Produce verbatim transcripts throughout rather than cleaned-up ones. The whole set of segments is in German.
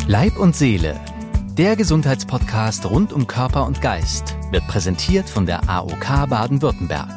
Leib und Seele, der Gesundheitspodcast rund um Körper und Geist, wird präsentiert von der A O K Baden-Württemberg.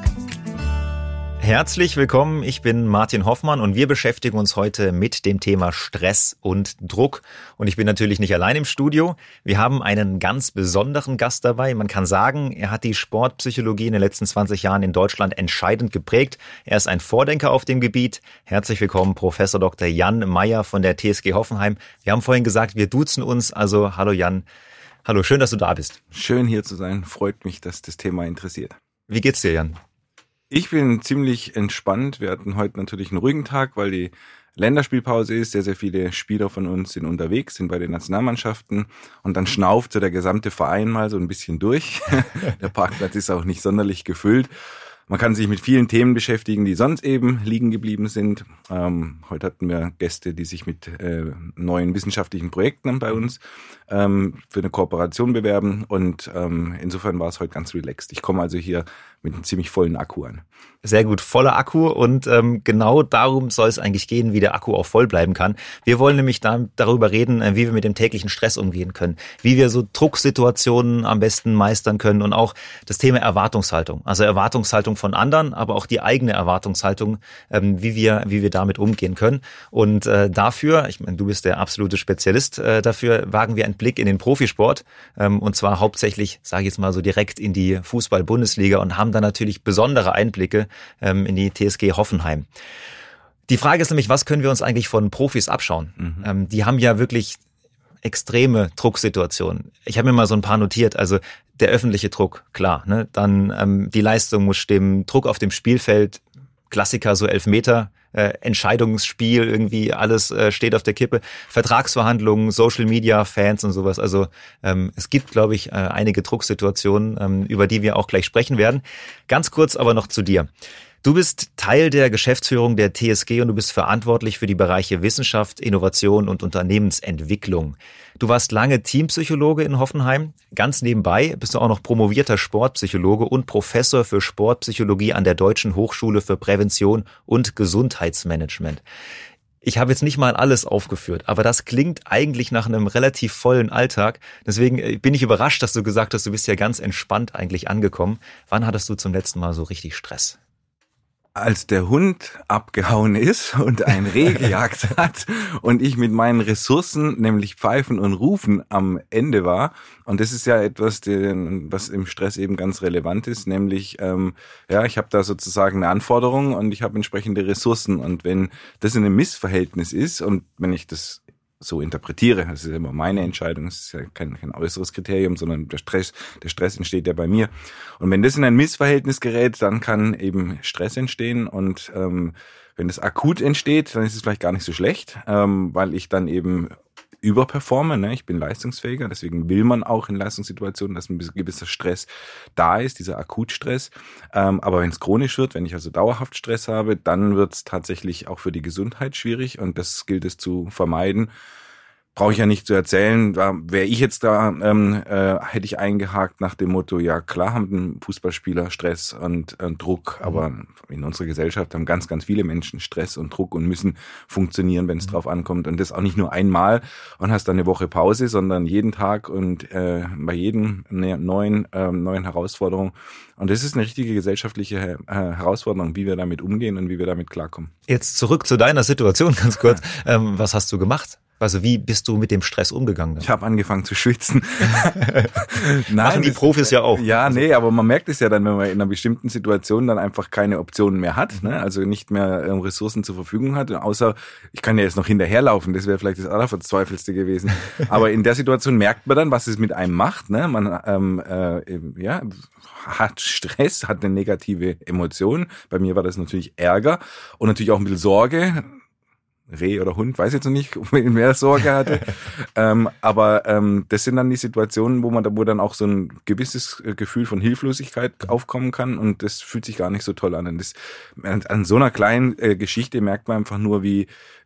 Herzlich willkommen, ich bin Martin Hoffmann und wir beschäftigen uns heute mit dem Thema Stress und Druck. Und ich bin natürlich nicht allein im Studio. Wir haben einen ganz besonderen Gast dabei. Man kann sagen, er hat die Sportpsychologie in den letzten zwanzig Jahren in Deutschland entscheidend geprägt. Er ist ein Vordenker auf dem Gebiet. Herzlich willkommen, Professor Doktor Jan Meyer von der T S G Hoffenheim. Wir haben vorhin gesagt, wir duzen uns, also hallo Jan. Hallo, schön, dass du da bist. Schön hier zu sein, freut mich, dass das Thema interessiert. Wie geht's dir, Jan? Ich bin ziemlich entspannt. Wir hatten heute natürlich einen ruhigen Tag, weil die Länderspielpause ist. Sehr, sehr viele Spieler von uns sind unterwegs, sind bei den Nationalmannschaften. Und dann schnauft so der gesamte Verein mal so ein bisschen durch. Der Parkplatz ist auch nicht sonderlich gefüllt. Man kann sich mit vielen Themen beschäftigen, die sonst eben liegen geblieben sind. Ähm, heute hatten wir Gäste, die sich mit äh, neuen wissenschaftlichen Projekten bei uns ähm, für eine Kooperation bewerben. Und ähm, insofern war es heute ganz relaxed. Ich komme also hier mit einem ziemlich vollen Akku an. Sehr gut, voller Akku und ähm, genau darum soll es eigentlich gehen, wie der Akku auch voll bleiben kann. Wir wollen nämlich da, darüber reden, wie wir mit dem täglichen Stress umgehen können, wie wir so Drucksituationen am besten meistern können und auch das Thema Erwartungshaltung, also Erwartungshaltung von anderen, aber auch die eigene Erwartungshaltung, ähm, wie wir wie wir damit umgehen können. Und äh, dafür, ich meine, du bist der absolute Spezialist äh, dafür, wagen wir einen Blick in den Profisport ähm, und zwar hauptsächlich, sage ich jetzt mal so direkt in die Fußball-Bundesliga und haben da natürlich besondere Einblicke ähm, in die T S G Hoffenheim. Die Frage ist nämlich, was können wir uns eigentlich von Profis abschauen? Mhm. Ähm, die haben ja wirklich extreme Drucksituationen. Ich habe mir mal so ein paar notiert, also der öffentliche Druck, klar, ne? Dann ähm, die Leistung muss stimmen, Druck auf dem Spielfeld, Klassiker, so Elfmeter, äh, Entscheidungsspiel, irgendwie alles äh, steht auf der Kippe, Vertragsverhandlungen, Social Media, Fans und sowas. Also ähm, es gibt, glaube ich, äh, einige Drucksituationen, ähm, über die wir auch gleich sprechen werden. Ganz kurz aber noch zu dir. Du bist Teil der Geschäftsführung der T S G und du bist verantwortlich für die Bereiche Wissenschaft, Innovation und Unternehmensentwicklung. Du warst lange Teampsychologe in Hoffenheim. Ganz nebenbei bist du auch noch promovierter Sportpsychologe und Professor für Sportpsychologie an der Deutschen Hochschule für Prävention und Gesundheitsmanagement. Ich habe jetzt nicht mal alles aufgeführt, aber das klingt eigentlich nach einem relativ vollen Alltag. Deswegen bin ich überrascht, dass du gesagt hast, du bist ja ganz entspannt eigentlich angekommen. Wann hattest du zum letzten Mal so richtig Stress? Als der Hund abgehauen ist und ein Reh gejagt hat und ich mit meinen Ressourcen, nämlich Pfeifen und Rufen, am Ende war. Und das ist ja etwas, was im Stress eben ganz relevant ist, nämlich, ähm, ja, ich habe da sozusagen eine Anforderung und ich habe entsprechende Ressourcen. Und wenn das in einem Missverhältnis ist und wenn ich das so interpretiere, das ist immer meine Entscheidung, es ist ja kein, kein äußeres Kriterium, sondern der Stress, der Stress entsteht ja bei mir. Und wenn das in ein Missverhältnis gerät, dann kann eben Stress entstehen und ähm, wenn es akut entsteht, dann ist es vielleicht gar nicht so schlecht, ähm, weil ich dann eben überperforme, ne? Ich bin leistungsfähiger, deswegen will man auch in Leistungssituationen, dass ein gewisser Stress da ist, dieser Akutstress. Ähm, aber wenn es chronisch wird, wenn ich also dauerhaft Stress habe, dann wird es tatsächlich auch für die Gesundheit schwierig und das gilt es zu vermeiden. Brauche ich ja nicht zu erzählen, da wäre ich jetzt da, ähm, äh, hätte ich eingehakt nach dem Motto, ja klar haben Fußballspieler Stress und äh, Druck, aber in unserer Gesellschaft haben ganz, ganz viele Menschen Stress und Druck und müssen funktionieren, wenn es mhm. drauf ankommt und das auch nicht nur einmal und hast dann eine Woche Pause, sondern jeden Tag und äh, bei jedem neuen, äh, neuen Herausforderung. Und das ist eine richtige gesellschaftliche äh, Herausforderung, wie wir damit umgehen und wie wir damit klarkommen. Jetzt zurück zu deiner Situation ganz kurz. ähm, was hast du gemacht? Also wie bist du mit dem Stress umgegangen? Dann? Ich habe angefangen zu schwitzen. Machen die Profis ja auch. Ja, nee, aber man merkt es ja dann, wenn man in einer bestimmten Situation dann einfach keine Optionen mehr hat, ne? Also nicht mehr ähm, Ressourcen zur Verfügung hat, außer ich kann ja jetzt noch hinterherlaufen, das wäre vielleicht das Allerverzweifelste gewesen. Aber in der Situation merkt man dann, was es mit einem macht, ne? Man ähm, äh, ja hat Stress, hat eine negative Emotion. Bei mir war das natürlich Ärger und natürlich auch ein bisschen Sorge. Reh oder Hund, weiß jetzt noch nicht, ob man mehr Sorge hatte. ähm, aber ähm, das sind dann die Situationen, wo man da, wo dann auch so ein gewisses Gefühl von Hilflosigkeit aufkommen kann und das fühlt sich gar nicht so toll an. Und das, an, an so einer kleinen äh, Geschichte merkt man einfach nur, wie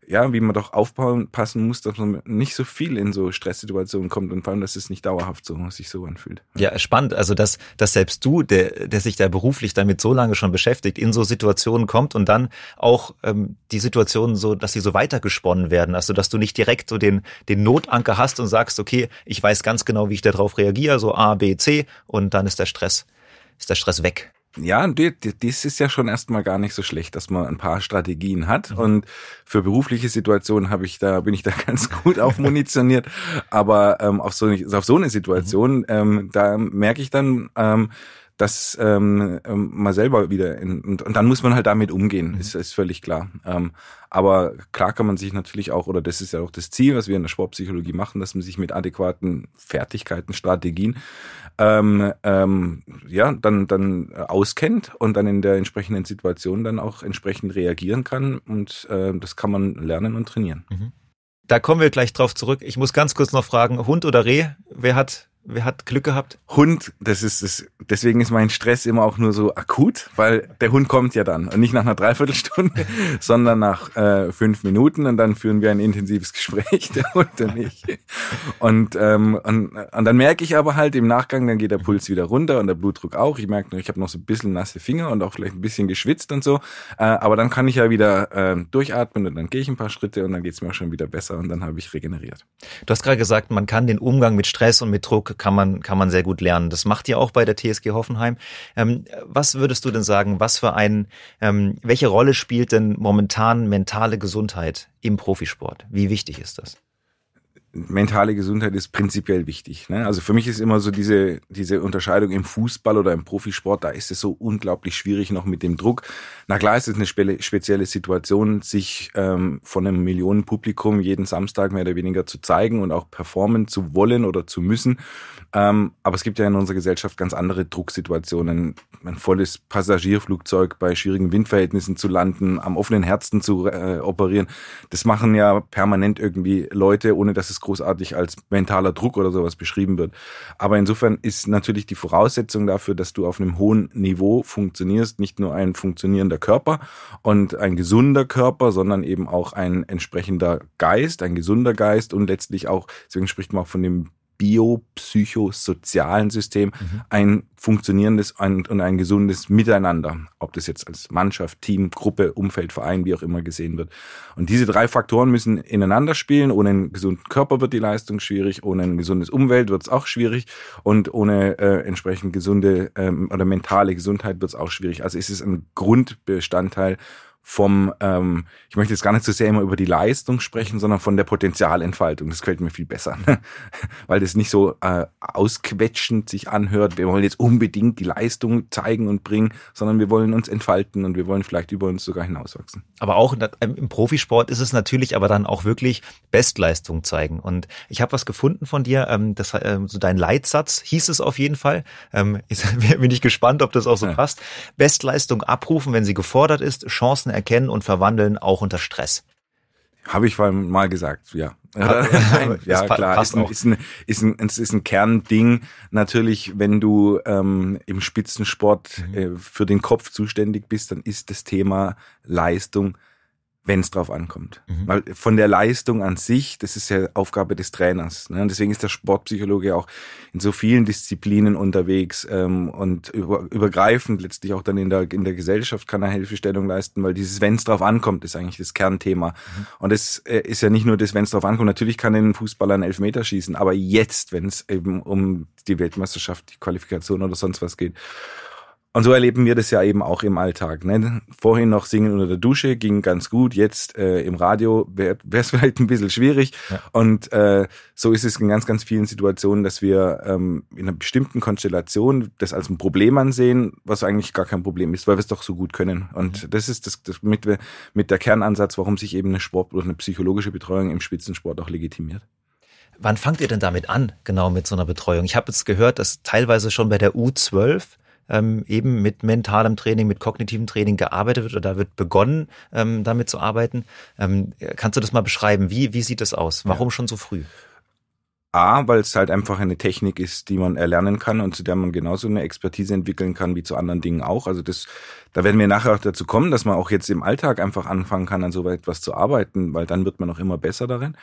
ja, wie man doch aufpassen muss, dass man nicht so viel in so Stresssituationen kommt und vor allem, dass es nicht dauerhaft so sich so anfühlt. Ja, spannend. Also, dass, dass selbst du, der, der sich da beruflich damit so lange schon beschäftigt, in so Situationen kommt und dann auch ähm, die Situationen so, dass sie so weitergesponnen werden. Also, dass du nicht direkt so den, den Notanker hast und sagst, okay, ich weiß ganz genau, wie ich darauf reagiere, so A, B, C und dann ist der Stress, ist der Stress weg. Ja, das ist ja schon erstmal gar nicht so schlecht, dass man ein paar Strategien hat. Mhm. Und für berufliche Situationen habe ich da, bin ich da ganz gut aufmunitioniert. Aber ähm, auf so auf so eine Situation, mhm. ähm, da merke ich dann, ähm, dass ähm, man selber wieder in, und, und dann muss man halt damit umgehen, mhm. ist, ist völlig klar. Ähm, aber klar kann man sich natürlich auch, oder das ist ja auch das Ziel, was wir in der Sportpsychologie machen, dass man sich mit adäquaten Fertigkeiten, Strategien ähm, ähm, ja dann dann auskennt und dann in der entsprechenden Situation dann auch entsprechend reagieren kann und äh, das kann man lernen und trainieren. Mhm. Da kommen wir gleich drauf zurück. Ich muss ganz kurz noch fragen, Hund oder Reh, wer hat Wer hat Glück gehabt? Hund, das ist das. Deswegen ist mein Stress immer auch nur so akut, weil der Hund kommt ja dann und nicht nach einer Dreiviertelstunde, sondern nach äh, fünf Minuten und dann führen wir ein intensives Gespräch, der Hund und ich. Und, ähm, und, und dann merke ich aber halt im Nachgang, dann geht der Puls wieder runter und der Blutdruck auch. Ich merke, ich habe noch so ein bisschen nasse Finger und auch vielleicht ein bisschen geschwitzt und so. Äh, aber dann kann ich ja wieder äh, durchatmen und dann gehe ich ein paar Schritte und dann geht es mir auch schon wieder besser und dann habe ich regeneriert. Du hast gerade gesagt, man kann den Umgang mit Stress und mit Druck kann man kann man sehr gut lernen. Das macht ihr auch bei der T S G Hoffenheim. Ähm, was würdest du denn sagen, was für ein, ähm, welche Rolle spielt denn momentan mentale Gesundheit im Profisport? Wie wichtig ist das? Mentale Gesundheit ist prinzipiell wichtig. Ne? Also für mich ist immer so diese diese Unterscheidung im Fußball oder im Profisport, da ist es so unglaublich schwierig noch mit dem Druck. Na klar, es ist eine spe- spezielle Situation, sich ähm, von einem Millionenpublikum jeden Samstag mehr oder weniger zu zeigen und auch performen zu wollen oder zu müssen. Ähm, aber es gibt ja in unserer Gesellschaft ganz andere Drucksituationen. Ein volles Passagierflugzeug bei schwierigen Windverhältnissen zu landen, am offenen Herzen zu äh, operieren. Das machen ja permanent irgendwie Leute, ohne dass es großartig als mentaler Druck oder sowas beschrieben wird. Aber insofern ist natürlich die Voraussetzung dafür, dass du auf einem hohen Niveau funktionierst, nicht nur ein funktionierender Körper und ein gesunder Körper, sondern eben auch ein entsprechender Geist, ein gesunder Geist und letztlich auch, deswegen spricht man auch von dem biopsychosozialen System, mhm. ein funktionierendes und ein gesundes Miteinander, ob das jetzt als Mannschaft, Team, Gruppe, Umfeld, Verein, wie auch immer gesehen wird. Und diese drei Faktoren müssen ineinander spielen. Ohne einen gesunden Körper wird die Leistung schwierig, ohne ein gesundes Umfeld wird es auch schwierig und ohne äh, entsprechend gesunde ähm, oder mentale Gesundheit wird es auch schwierig. Also ist es ein Grundbestandteil vom, ähm, ich möchte jetzt gar nicht so sehr immer über die Leistung sprechen, sondern von der Potenzialentfaltung. Das gefällt mir viel besser, weil das nicht so äh, ausquetschend sich anhört. Wir wollen jetzt unbedingt die Leistung zeigen und bringen, sondern wir wollen uns entfalten und wir wollen vielleicht über uns sogar hinauswachsen. Aber auch im Profisport ist es natürlich aber dann auch wirklich Bestleistung zeigen. Und ich habe was gefunden von dir, ähm, das, ähm, so dein Leitsatz hieß es auf jeden Fall. Ähm, ich bin ich gespannt, ob das auch so ja. passt. Bestleistung abrufen, wenn sie gefordert ist, Chancen erkennen und verwandeln, auch unter Stress. Habe ich mal gesagt, ja. Nein, ja, klar, ist ein, ist, ein, ist, ein, es ist ein Kernding. Natürlich, wenn du ähm, im Spitzensport mhm. äh, für den Kopf zuständig bist, dann ist das Thema Leistung, wenn es drauf ankommt. Mhm. Weil von der Leistung an sich, das ist ja Aufgabe des Trainers. Ne? Und deswegen ist der Sportpsychologe auch in so vielen Disziplinen unterwegs ähm, und über, übergreifend letztlich auch dann in der in der Gesellschaft kann er Hilfestellung leisten, weil dieses wenn es drauf ankommt, ist eigentlich das Kernthema. Mhm. Und das äh, ist ja nicht nur das, wenn es drauf ankommt. Natürlich kann ein Fußballer einen Elfmeter schießen, aber jetzt, wenn es eben um die Weltmeisterschaft, die Qualifikation oder sonst was geht. Und so erleben wir das ja eben auch im Alltag. Ne? Vorhin noch singen unter der Dusche, ging ganz gut. Jetzt äh, im Radio wäre es vielleicht ein bisschen schwierig. Ja. Und äh, so ist es in ganz, ganz vielen Situationen, dass wir ähm, in einer bestimmten Konstellation das als ein Problem ansehen, was eigentlich gar kein Problem ist, weil wir es doch so gut können. Und mhm. das ist das, das mit, mit der Kernansatz, warum sich eben eine Sport- oder eine psychologische Betreuung im Spitzensport auch legitimiert. Wann fangt ihr denn damit an, genau mit so einer Betreuung? Ich habe jetzt gehört, dass teilweise schon bei der U zwölf Ähm, eben mit mentalem Training, mit kognitivem Training gearbeitet wird oder da wird begonnen, ähm, damit zu arbeiten. Ähm, kannst du das mal beschreiben? Wie, wie sieht das aus? Warum ja. schon so früh? A, weil es halt einfach eine Technik ist, die man erlernen kann und zu der man genauso eine Expertise entwickeln kann wie zu anderen Dingen auch. Also das, da werden wir nachher auch dazu kommen, dass man auch jetzt im Alltag einfach anfangen kann, an so etwas zu arbeiten, weil dann wird man auch immer besser darin.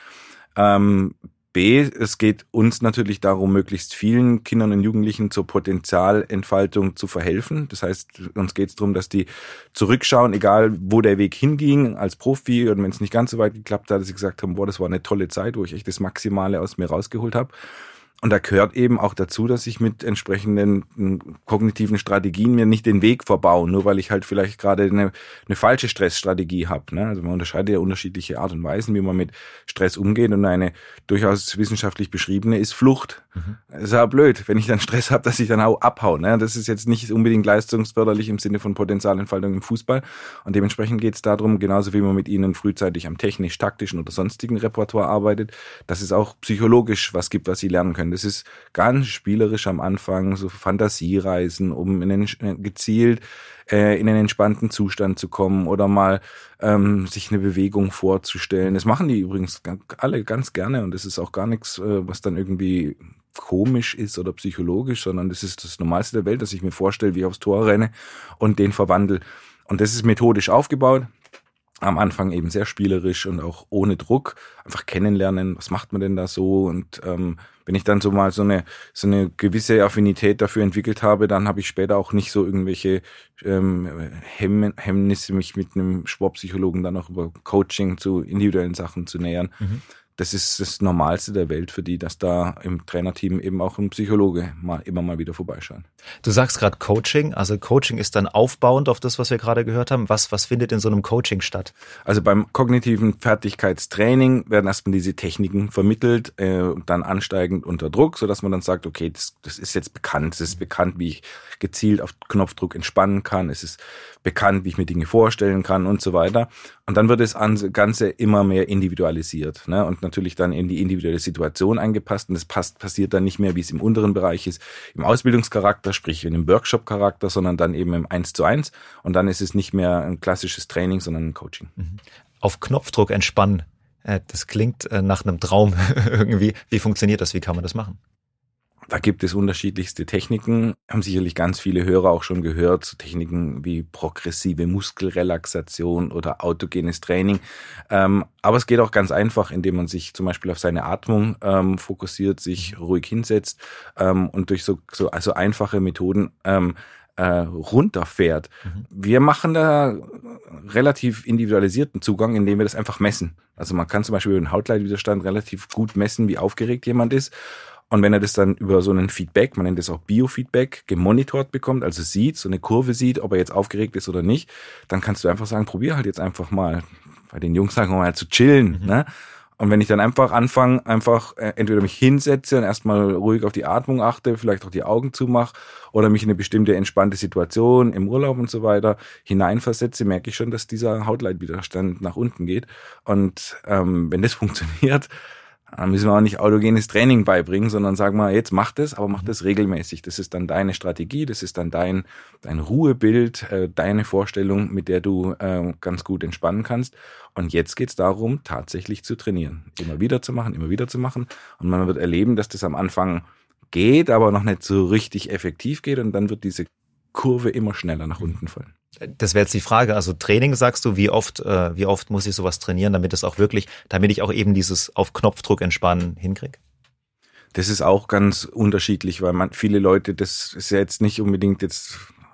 Ähm, B, es geht uns natürlich darum, möglichst vielen Kindern und Jugendlichen zur Potenzialentfaltung zu verhelfen. Das heißt, uns geht es darum, dass die zurückschauen, egal wo der Weg hinging, als Profi, und wenn es nicht ganz so weit geklappt hat, dass sie gesagt haben, boah, das war eine tolle Zeit, wo ich echt das Maximale aus mir rausgeholt habe. Und da gehört eben auch dazu, dass ich mit entsprechenden kognitiven Strategien mir nicht den Weg verbaue, nur weil ich halt vielleicht gerade eine, eine falsche Stressstrategie habe. Ne? Also man unterscheidet ja unterschiedliche Art und Weisen, wie man mit Stress umgeht, und eine durchaus wissenschaftlich beschriebene ist Flucht. Mhm. Das ist ja blöd, wenn ich dann Stress habe, dass ich dann auch abhaue. Ne? Das ist jetzt nicht unbedingt leistungsförderlich im Sinne von Potenzialentfaltung im Fußball, und dementsprechend geht es darum, genauso wie man mit ihnen frühzeitig am technisch-taktischen oder sonstigen Repertoire arbeitet, dass es auch psychologisch was gibt, was sie lernen können. Das ist ganz spielerisch am Anfang, so Fantasiereisen, um in einen, gezielt äh, in einen entspannten Zustand zu kommen oder mal ähm, sich eine Bewegung vorzustellen. Das machen die übrigens alle ganz gerne, und das ist auch gar nichts, äh, was dann irgendwie komisch ist oder psychologisch, sondern das ist das Normalste der Welt, dass ich mir vorstelle, wie ich aufs Tor renne und den verwandle. Und das ist methodisch aufgebaut. Am Anfang eben sehr spielerisch und auch ohne Druck, einfach kennenlernen, was macht man denn da so, und ähm, wenn ich dann so mal so eine so eine gewisse Affinität dafür entwickelt habe, dann habe ich später auch nicht so irgendwelche ähm, Hemm- Hemmnisse, mich mit einem Sportpsychologen dann auch über Coaching zu individuellen Sachen zu nähern. Mhm. Das ist das Normalste der Welt für die, dass da im Trainerteam eben auch ein Psychologe mal immer mal wieder vorbeischaut. Du sagst gerade Coaching, also Coaching ist dann aufbauend auf das, was wir gerade gehört haben. Was, was findet in so einem Coaching statt? Also beim kognitiven Fertigkeitstraining werden erstmal diese Techniken vermittelt, äh, dann ansteigend unter Druck, sodass man dann sagt, okay, das, das ist jetzt bekannt, es ist bekannt, wie ich gezielt auf Knopfdruck entspannen kann, es ist bekannt, wie ich mir Dinge vorstellen kann und so weiter. Und dann wird das Ganze immer mehr individualisiert, ne? Und natürlich dann in die individuelle Situation angepasst. Und das passt, passiert dann nicht mehr, wie es im unteren Bereich ist, im Ausbildungscharakter, sprich in dem Workshop-Charakter, sondern dann eben im eins zu eins. Und dann ist es nicht mehr ein klassisches Training, sondern ein Coaching. Auf Knopfdruck entspannen. Das klingt nach einem Traum irgendwie. Wie funktioniert das? Wie kann man das machen? Da gibt es unterschiedlichste Techniken, haben sicherlich ganz viele Hörer auch schon gehört, so Techniken wie progressive Muskelrelaxation oder autogenes Training. Ähm, aber es geht auch ganz einfach, indem man sich zum Beispiel auf seine Atmung ähm, fokussiert, sich ruhig hinsetzt ähm, und durch so, so also einfache Methoden ähm, äh, runterfährt. Mhm. Wir machen da relativ individualisierten Zugang, indem wir das einfach messen. Also man kann zum Beispiel über den Hautleitwiderstand relativ gut messen, wie aufgeregt jemand ist. Und wenn er das dann über so einen Feedback, man nennt das auch Biofeedback, gemonitort bekommt, also sieht, so eine Kurve sieht, ob er jetzt aufgeregt ist oder nicht, dann kannst du einfach sagen, probier halt jetzt einfach mal, bei den Jungs sagen wir mal, zu chillen. Mhm. Ne? Und wenn ich dann einfach anfange, einfach entweder mich hinsetze und erstmal ruhig auf die Atmung achte, vielleicht auch die Augen zumache oder mich in eine bestimmte entspannte Situation im Urlaub und so weiter hineinversetze, merke ich schon, dass dieser Hautleitwiderstand nach unten geht. Und ähm, wenn das funktioniert, dann müssen wir auch nicht autogenes Training beibringen, sondern sagen wir, jetzt mach das, aber mach das regelmäßig. Das ist dann deine Strategie, das ist dann dein dein Ruhebild, äh, deine Vorstellung, mit der du äh, ganz gut entspannen kannst. Und jetzt geht's darum, tatsächlich zu trainieren. Immer wieder zu machen, immer wieder zu machen. Und man wird erleben, dass das am Anfang geht, aber noch nicht so richtig effektiv geht. Und dann wird diese Kurve immer schneller nach unten fallen. Das wäre jetzt die Frage, also Training sagst du, wie oft, äh, wie oft muss ich sowas trainieren, damit es auch wirklich, damit ich auch eben dieses auf Knopfdruck entspannen hinkriege? Das ist auch ganz unterschiedlich, weil man viele Leute, das ist ja jetzt nicht unbedingt jetzt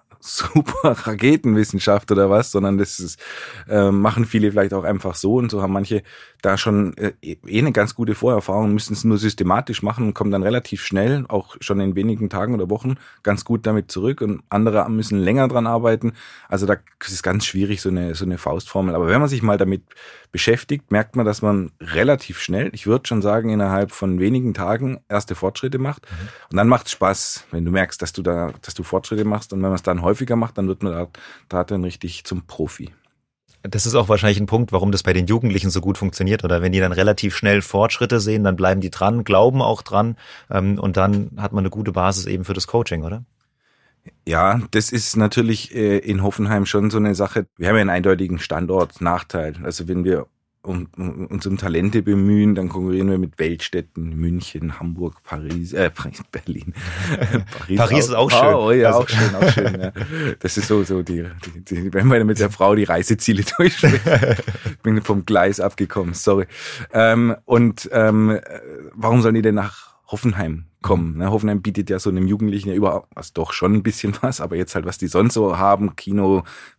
super Raketenwissenschaft oder was, sondern das ist, äh, machen viele vielleicht auch einfach so, und so haben manche da schon äh, eh eine ganz gute Vorerfahrung, müssen es nur systematisch machen und kommen dann relativ schnell, auch schon in wenigen Tagen oder Wochen, ganz gut damit zurück, und andere müssen länger dran arbeiten. Also da ist es ganz schwierig, so eine so eine Faustformel. Aber wenn man sich mal damit beschäftigt, merkt man, dass man relativ schnell, ich würde schon sagen, innerhalb von wenigen Tagen erste Fortschritte macht. Mhm. Und dann macht es Spaß, wenn du merkst, dass du da, dass du Fortschritte machst, und wenn man es dann häufiger macht, dann wird man da, da dann richtig zum Profi. Das ist auch wahrscheinlich ein Punkt, warum das bei den Jugendlichen so gut funktioniert, oder wenn die dann relativ schnell Fortschritte sehen, dann bleiben die dran, glauben auch dran, ähm, und dann hat man eine gute Basis eben für das Coaching, oder? Ja, das ist natürlich äh, in Hoffenheim schon so eine Sache. Wir haben ja einen eindeutigen Standortnachteil. Also wenn wir um, um, uns um Talente bemühen, dann konkurrieren wir mit Weltstädten, München, Hamburg, Paris, äh, Berlin. Paris, Paris ist auch schön. Oh, ja, also. auch schön, auch schön. Ja. Das ist so, so die, die, die, wenn man mit der Frau die Reiseziele durchspricht. Bin vom Gleis abgekommen, sorry. Ähm, und ähm, warum sollen die denn nach Hoffenheim kommen? Ne? Hoffenheim bietet ja so einem Jugendlichen ja überhaupt, also doch schon ein bisschen was, aber jetzt halt, was die sonst so haben, Kino,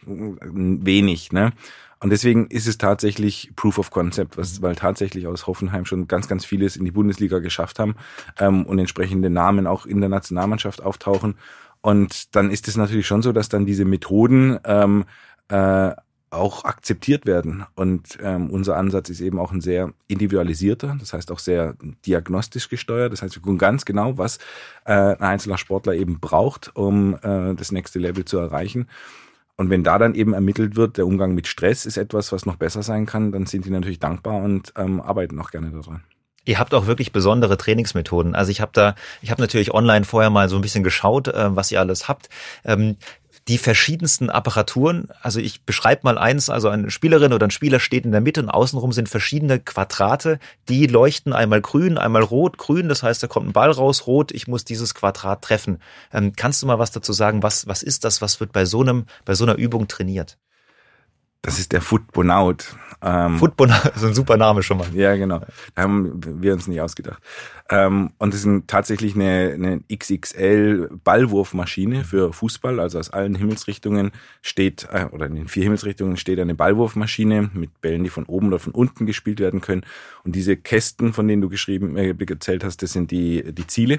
wenig, ne? Und deswegen ist es tatsächlich Proof of Concept, was, weil tatsächlich aus Hoffenheim schon ganz, ganz vieles in die Bundesliga geschafft haben ähm, und entsprechende Namen auch in der Nationalmannschaft auftauchen. Und dann ist es natürlich schon so, dass dann diese Methoden ähm, äh, auch akzeptiert werden. Und ähm, unser Ansatz ist eben auch ein sehr individualisierter, das heißt auch sehr diagnostisch gesteuert. Das heißt, wir gucken ganz genau, was äh, ein einzelner Sportler eben braucht, um äh, das nächste Level zu erreichen. Und wenn da dann eben ermittelt wird, der Umgang mit Stress ist etwas, was noch besser sein kann, dann sind die natürlich dankbar und ähm, arbeiten auch gerne daran. Ihr habt auch wirklich besondere Trainingsmethoden. Also ich habe da, ich habe natürlich online vorher mal so ein bisschen geschaut, äh, was ihr alles habt. Ähm, die verschiedensten Apparaturen, also ich beschreibe mal eins, also eine Spielerin oder ein Spieler steht in der Mitte und außenrum sind verschiedene Quadrate, die leuchten einmal grün, einmal rot, grün, das heißt, da kommt ein Ball raus, rot, ich muss dieses Quadrat treffen. Ähm, kannst du mal was dazu sagen, was, was ist das, was wird bei so einem, bei so einer Übung trainiert? Das ist der Footbonaut. Ähm, Footbonaut, das ist ein super Name schon mal. Ja, genau. Da haben wir uns nicht ausgedacht. Ähm, und das ist tatsächlich eine, eine X X L-Ballwurfmaschine für Fußball. Also aus allen Himmelsrichtungen steht, äh, oder in den vier Himmelsrichtungen steht eine Ballwurfmaschine mit Bällen, die von oben oder von unten gespielt werden können. Und diese Kästen, von denen du geschrieben, äh, erzählt hast, das sind die, die Ziele.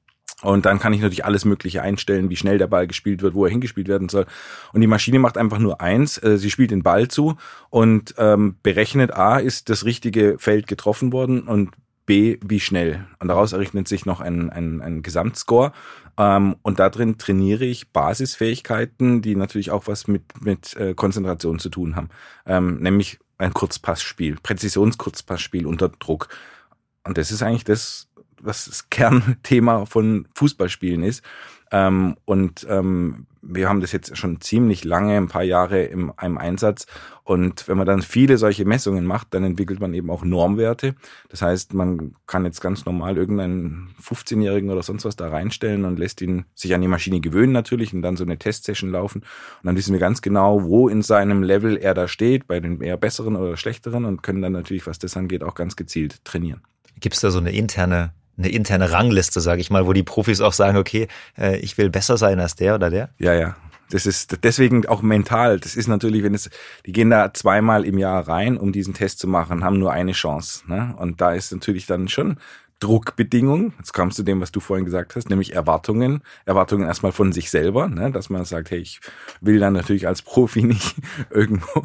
Und dann kann ich natürlich alles Mögliche einstellen, wie schnell der Ball gespielt wird, wo er hingespielt werden soll. Und die Maschine macht einfach nur eins, sie spielt den Ball zu und ähm, berechnet, A, ist das richtige Feld getroffen worden und B, wie schnell. Und daraus errechnet sich noch ein, ein, ein Gesamtscore. Ähm, und da drin trainiere ich Basisfähigkeiten, die natürlich auch was mit, mit äh, Konzentration zu tun haben. Ähm, nämlich ein Kurzpassspiel, Präzisionskurzpassspiel unter Druck. Und das ist eigentlich das, was das Kernthema von Fußballspielen ist. Ähm, und ähm, wir haben das jetzt schon ziemlich lange, ein paar Jahre im einem Einsatz. Und wenn man dann viele solche Messungen macht, dann entwickelt man eben auch Normwerte. Das heißt, man kann jetzt ganz normal irgendeinen fünfzehnjährigen oder sonst was da reinstellen und lässt ihn sich an die Maschine gewöhnen natürlich und dann so eine Testsession laufen. Und dann wissen wir ganz genau, wo in seinem Level er da steht, bei den eher besseren oder schlechteren und können dann natürlich, was das angeht, auch ganz gezielt trainieren. Gibt es da so eine interne eine interne Rangliste, sage ich mal, wo die Profis auch sagen, okay, äh, ich will besser sein als der oder der? Ja, ja. Das ist deswegen auch mental. Das ist natürlich, wenn es, die gehen da zweimal im Jahr rein, um diesen Test zu machen, haben nur eine Chance. Ne? Und da ist natürlich dann schon Druckbedingungen. Jetzt kommst du dem, was du vorhin gesagt hast, nämlich Erwartungen. Erwartungen erstmal von sich selber, ne? Dass man sagt, hey, ich will dann natürlich als Profi nicht irgendwo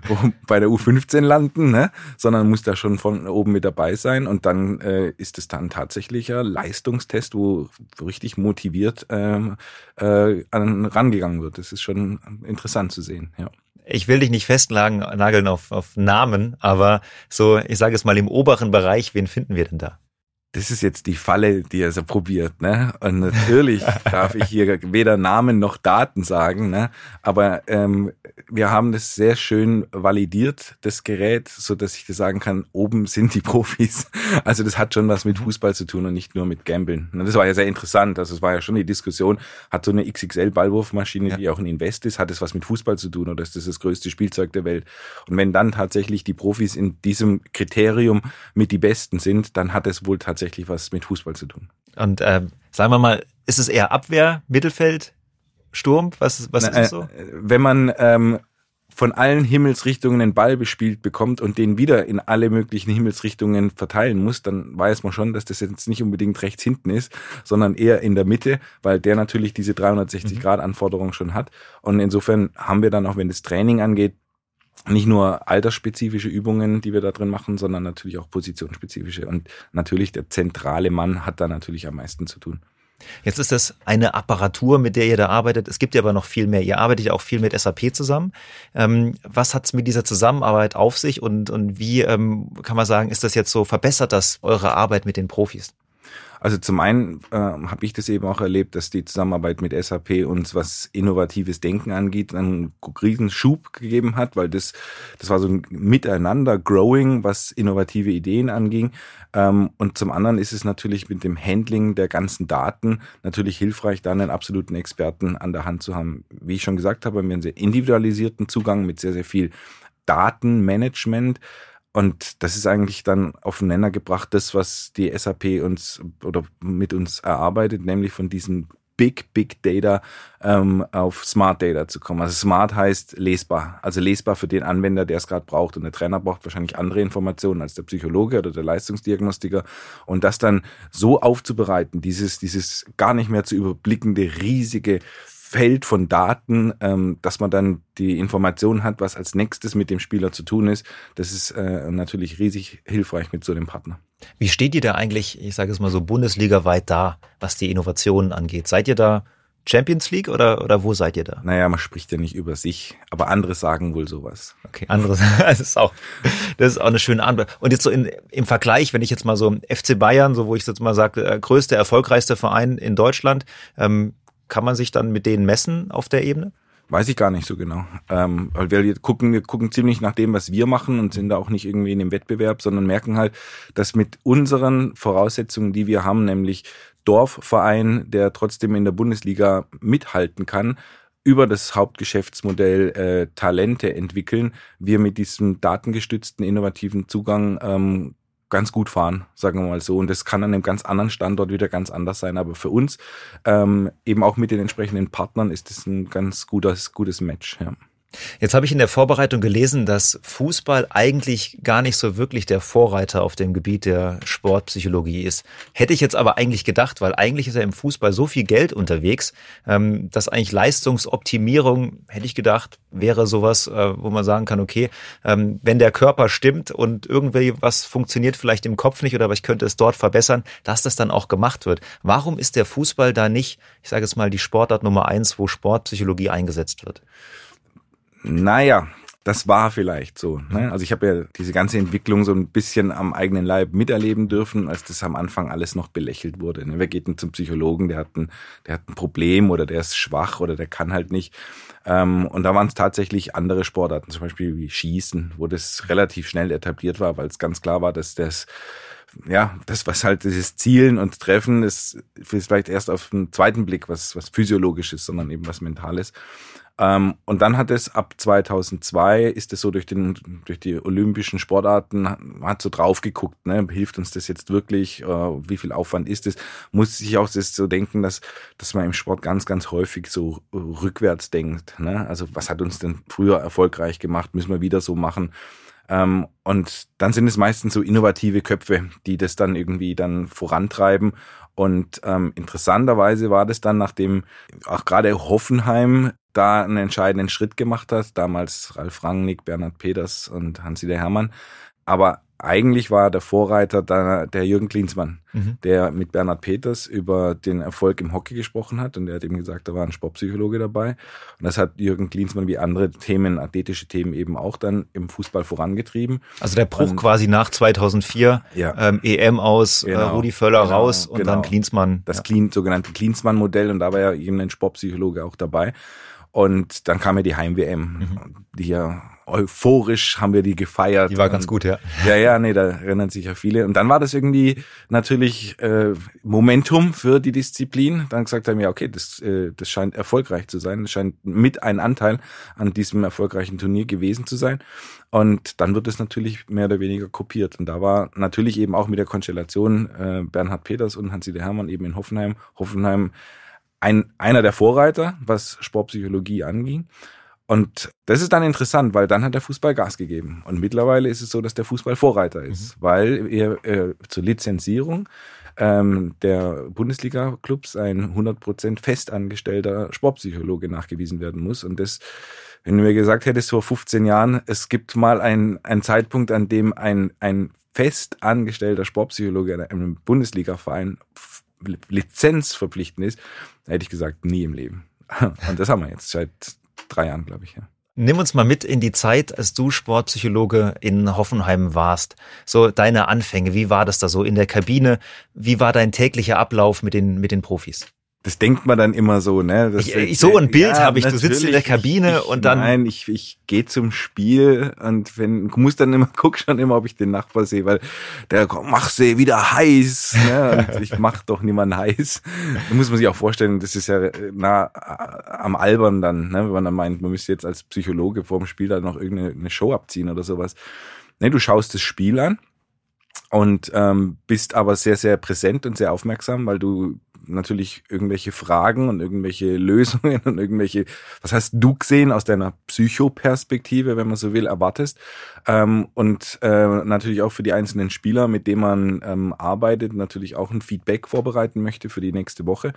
bei der U fünfzehn landen, ne? Sondern muss da schon von oben mit dabei sein. Und dann äh, ist es dann tatsächlicher Leistungstest, wo richtig motiviert ähm, äh, an, rangegangen wird. Das ist schon interessant zu sehen, ja. Ich will dich nicht festnageln auf, auf Namen, aber so, ich sage es mal, im oberen Bereich, wen finden wir denn da? Das ist jetzt die Falle, die er so probiert, ne? Und natürlich darf ich hier weder Namen noch Daten sagen, ne? Aber ähm, wir haben das sehr schön validiert, das Gerät, so dass ich dir sagen kann, oben sind die Profis. Also das hat schon was mit Fußball zu tun und nicht nur mit Gambeln. Und das war ja sehr interessant. Also es war ja schon die Diskussion, hat so eine X X L-Ballwurfmaschine, ja, die auch ein Invest ist, hat es was mit Fußball zu tun oder ist das das größte Spielzeug der Welt? Und wenn dann tatsächlich die Profis in diesem Kriterium mit die Besten sind, dann hat es wohl tatsächlich tatsächlich was mit Fußball zu tun. Und ähm, sagen wir mal, ist es eher Abwehr, Mittelfeld, Sturm? Was, was Na, ist es so? Äh, wenn man ähm, von allen Himmelsrichtungen einen Ball bespielt bekommt und den wieder in alle möglichen Himmelsrichtungen verteilen muss, dann weiß man schon, dass das jetzt nicht unbedingt rechts hinten ist, sondern eher in der Mitte, weil der natürlich diese dreihundertsechzig Grad Anforderung schon hat. Und insofern haben wir dann auch, wenn das Training angeht, nicht nur altersspezifische Übungen, die wir da drin machen, sondern natürlich auch positionsspezifische. Und natürlich der zentrale Mann hat da natürlich am meisten zu tun. Jetzt ist das eine Apparatur, mit der ihr da arbeitet. Es gibt ja aber noch viel mehr. Ihr arbeitet ja auch viel mit S A P zusammen. Ähm, was hat es mit dieser Zusammenarbeit auf sich und, und wie ähm, kann man sagen, ist das jetzt so, verbessert das eure Arbeit mit den Profis? Also zum einen äh, habe ich das eben auch erlebt, dass die Zusammenarbeit mit S A P uns, was innovatives Denken angeht, einen riesen Schub gegeben hat, weil das das war so ein Miteinander, Growing, was innovative Ideen anging. Ähm, und zum anderen ist es natürlich mit dem Handling der ganzen Daten natürlich hilfreich, da einen absoluten Experten an der Hand zu haben. Wie ich schon gesagt habe, haben wir einen sehr individualisierten Zugang mit sehr, sehr viel Datenmanagement. Und das ist eigentlich dann auf den Nenner gebracht, das, was die S A P uns oder mit uns erarbeitet, nämlich von diesem Big, Big Data ähm, auf Smart Data zu kommen. Also Smart heißt lesbar, also lesbar für den Anwender, der es gerade braucht. Und der Trainer braucht wahrscheinlich andere Informationen als der Psychologe oder der Leistungsdiagnostiker. Und das dann so aufzubereiten, dieses, dieses gar nicht mehr zu überblickende, riesige Feld von Daten, ähm, dass man dann die Information hat, was als nächstes mit dem Spieler zu tun ist, das ist äh, natürlich riesig hilfreich mit so einem Partner. Wie steht ihr da eigentlich, ich sage es mal so, bundesligaweit da, was die Innovationen angeht? Seid ihr da Champions League oder, oder wo seid ihr da? Naja, man spricht ja nicht über sich, aber andere sagen wohl sowas. Okay, andere, das ist auch, das ist auch eine schöne Antwort. Und jetzt so in, im Vergleich, wenn ich jetzt mal so F C Bayern, so wo ich jetzt mal sage, äh, größte, erfolgreichste Verein in Deutschland, ähm, kann man sich dann mit denen messen auf der Ebene? Weiß ich gar nicht so genau. Ähm, weil wir gucken, wir gucken ziemlich nach dem, was wir machen und sind da auch nicht irgendwie in dem Wettbewerb, sondern merken halt, dass mit unseren Voraussetzungen, die wir haben, nämlich Dorfverein, der trotzdem in der Bundesliga mithalten kann, über das Hauptgeschäftsmodell äh, Talente entwickeln, wir mit diesem datengestützten, innovativen Zugang ähm, ganz gut fahren, sagen wir mal so. Und das kann an einem ganz anderen Standort wieder ganz anders sein. Aber für uns, ähm, eben auch mit den entsprechenden Partnern, ist das ein ganz gutes, gutes Match. Ja. Jetzt habe ich in der Vorbereitung gelesen, dass Fußball eigentlich gar nicht so wirklich der Vorreiter auf dem Gebiet der Sportpsychologie ist. Hätte ich jetzt aber eigentlich gedacht, weil eigentlich ist ja im Fußball so viel Geld unterwegs, dass eigentlich Leistungsoptimierung, hätte ich gedacht, wäre sowas, wo man sagen kann, okay, wenn der Körper stimmt und irgendwie was funktioniert vielleicht im Kopf nicht oder aber ich könnte es dort verbessern, dass das dann auch gemacht wird. Warum ist der Fußball da nicht, ich sage jetzt mal, die Sportart Nummer eins, wo Sportpsychologie eingesetzt wird? Naja, das war vielleicht so. Ne? Also ich habe ja diese ganze Entwicklung so ein bisschen am eigenen Leib miterleben dürfen, als das am Anfang alles noch belächelt wurde. Ne? Wer geht denn zum Psychologen, der hat, ein, der hat ein Problem oder der ist schwach oder der kann halt nicht. Ähm, und da waren es tatsächlich andere Sportarten, zum Beispiel wie Schießen, wo das relativ schnell etabliert war, weil es ganz klar war, dass das ja, das, was halt dieses Zielen und Treffen ist, ist vielleicht erst auf den zweiten Blick was, was Physiologisches, sondern eben was Mentales. Ähm, und dann hat es ab zweitausendzwei ist es so durch den, durch die olympischen Sportarten, man hat so drauf geguckt, ne, hilft uns das jetzt wirklich, äh, wie viel Aufwand ist es? Muss sich auch das so denken, dass, dass man im Sport ganz, ganz häufig so rückwärts denkt, ne? Also was hat uns denn früher erfolgreich gemacht? Müssen wir wieder so machen? Ähm, und dann sind es meistens so innovative Köpfe, die das dann irgendwie dann vorantreiben. Und ähm, interessanterweise war das dann, nachdem auch gerade Hoffenheim da einen entscheidenden Schritt gemacht hat, damals Ralf Rangnick, Bernhard Peters und Hans-Dieter Hermann. Aber eigentlich war der Vorreiter da der Jürgen Klinsmann, mhm. der mit Bernhard Peters über den Erfolg im Hockey gesprochen hat. Und der hat eben gesagt, da war ein Sportpsychologe dabei. Und das hat Jürgen Klinsmann wie andere Themen, athletische Themen eben auch dann im Fußball vorangetrieben. Also der Bruch und, quasi nach zweitausendvier, ja. ähm, E M aus, genau, äh, Rudi Völler genau, raus und genau. dann Klinsmann. Das ja. Clean, sogenannte Klinsmann-Modell, und da war ja eben ein Sportpsychologe auch dabei. Und dann kam ja die Heim-W M, mhm. die ja euphorisch haben wir die gefeiert. Die war ganz gut, ja. Ja, ja, nee, da erinnern sich ja viele. Und dann war das irgendwie natürlich äh, Momentum für die Disziplin. Dann gesagt haben, ja, okay, das, äh, das scheint erfolgreich zu sein. Das scheint mit ein Anteil an diesem erfolgreichen Turnier gewesen zu sein. Und dann wird es natürlich mehr oder weniger kopiert. Und da war natürlich eben auch mit der Konstellation äh, Bernhard Peters und Hans-Dieter Hermann eben in Hoffenheim. Hoffenheim ein einer der Vorreiter, was Sportpsychologie anging. Und das ist dann interessant, weil dann hat der Fußball Gas gegeben. Und mittlerweile ist es so, dass der Fußball Vorreiter ist, mhm. weil er äh, zur Lizenzierung ähm, der Bundesliga-Clubs ein hundert Prozent festangestellter Sportpsychologe nachgewiesen werden muss. Und das, wenn du mir gesagt hättest vor fünfzehn Jahren, es gibt mal einen Zeitpunkt, an dem ein, ein festangestellter Sportpsychologe in einem Bundesliga-Verein lizenzverpflichtend ist, hätte ich gesagt, nie im Leben. Und das haben wir jetzt seit drei Jahren, glaube ich. Ja. Nimm uns mal mit in die Zeit, als du Sportpsychologe in Hoffenheim warst. So deine Anfänge, wie war das da so in der Kabine? Wie war dein täglicher Ablauf mit den, mit den Profis? Das denkt man dann immer so, ne? Das ich, ich, so ein Bild ja, habe ich, du sitzt in der Kabine ich, ich, und dann... Nein, ich, ich gehe zum Spiel und wenn, muss dann immer, guck schon immer, ob ich den Nachbar sehe, weil der mach sie wieder heiß, ne? Und ich mach doch niemanden heiß. Da muss man sich auch vorstellen, das ist ja nah am Albern dann, ne? Wenn man dann meint, man müsste jetzt als Psychologe vor dem Spiel dann noch irgendeine Show abziehen oder sowas. Ne, du schaust das Spiel an und ähm, bist aber sehr, sehr präsent und sehr aufmerksam, weil du natürlich irgendwelche Fragen und irgendwelche Lösungen und irgendwelche, was hast du gesehen aus deiner Psychoperspektive, wenn man so will, erwartest. Ähm, und äh, natürlich auch für die einzelnen Spieler, mit denen man ähm, arbeitet, natürlich auch ein Feedback vorbereiten möchte für die nächste Woche.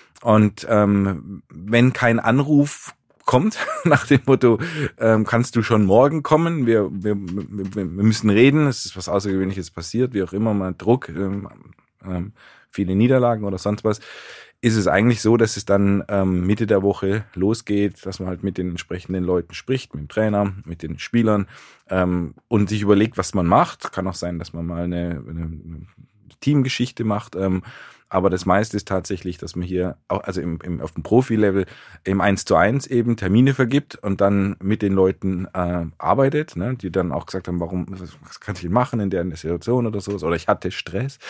Und ähm, wenn kein Anruf kommt, nach dem Motto, ähm, kannst du schon morgen kommen, wir, wir, wir, wir müssen reden, es ist was Außergewöhnliches passiert, wie auch immer, mal Druck, ähm, ähm, viele Niederlagen oder sonst was, ist es eigentlich so, dass es dann ähm, Mitte der Woche losgeht, dass man halt mit den entsprechenden Leuten spricht, mit dem Trainer, mit den Spielern ähm, und sich überlegt, was man macht. Kann auch sein, dass man mal eine, eine Teamgeschichte macht, ähm, aber das meiste ist tatsächlich, dass man hier, auch, also im, im, auf dem Profi-Level im eins zu eins eben Termine vergibt und dann mit den Leuten äh, arbeitet, ne, die dann auch gesagt haben, warum, was kann ich denn machen in der, in der Situation oder sowas, oder ich hatte Stress,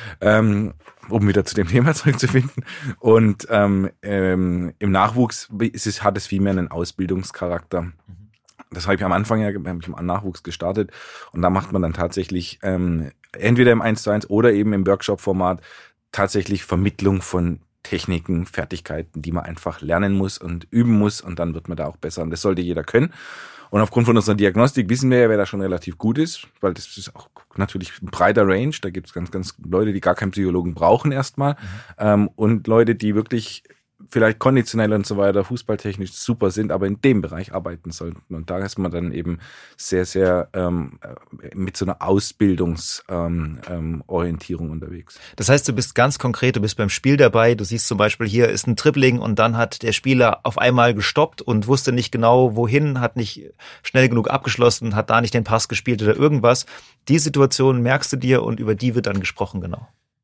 ähm, um wieder zu dem Thema zurückzufinden. Und ähm, ähm, im Nachwuchs ist es, hat es viel mehr einen Ausbildungscharakter. Das habe ich am Anfang ja habe ich im Nachwuchs gestartet und da macht man dann tatsächlich ähm, entweder im eins zu eins oder eben im Workshop-Format tatsächlich Vermittlung von Techniken, Fertigkeiten, die man einfach lernen muss und üben muss und dann wird man da auch besser und das sollte jeder können. Und aufgrund von unserer Diagnostik wissen wir ja, wer da schon relativ gut ist, weil das ist auch natürlich ein breiter Range, da gibt es ganz, ganz Leute, die gar keinen Psychologen brauchen erstmal mhm. ähm, und Leute, die wirklich vielleicht konditionell und so weiter, fußballtechnisch super sind, aber in dem Bereich arbeiten sollten. Und da ist man dann eben sehr, sehr ähm, mit so einer Ausbildungsorientierung ähm, ähm, unterwegs. Das heißt, du bist ganz konkret, du bist beim Spiel dabei, du siehst zum Beispiel, hier ist ein Dribbling und dann hat der Spieler auf einmal gestoppt und wusste nicht genau wohin, hat nicht schnell genug abgeschlossen, hat da nicht den Pass gespielt oder irgendwas. Die Situation merkst du dir und über die wird dann gesprochen, genau.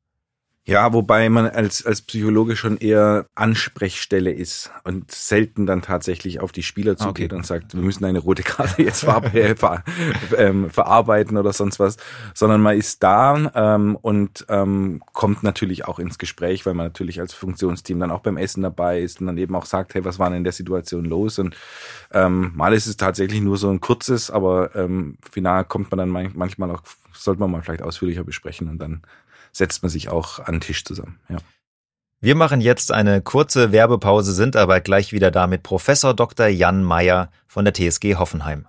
Ja, wobei man als als Psychologe schon eher Ansprechstelle ist und selten dann tatsächlich auf die Spieler zugeht okay. und sagt, wir müssen eine rote Karte jetzt ver ver ähm, verarbeiten oder sonst was, sondern man ist da ähm, und ähm, kommt natürlich auch ins Gespräch, weil man natürlich als Funktionsteam dann auch beim Essen dabei ist und dann eben auch sagt, hey, was war denn in der Situation los? Und ähm, mal ist es tatsächlich nur so ein kurzes, aber ähm, final kommt man dann manchmal auch, sollte man mal vielleicht ausführlicher besprechen und dann setzt man sich auch an den Tisch zusammen. Ja. Wir machen jetzt eine kurze Werbepause, sind aber gleich wieder da mit Professor Doktor Jan Meyer von der T S G Hoffenheim.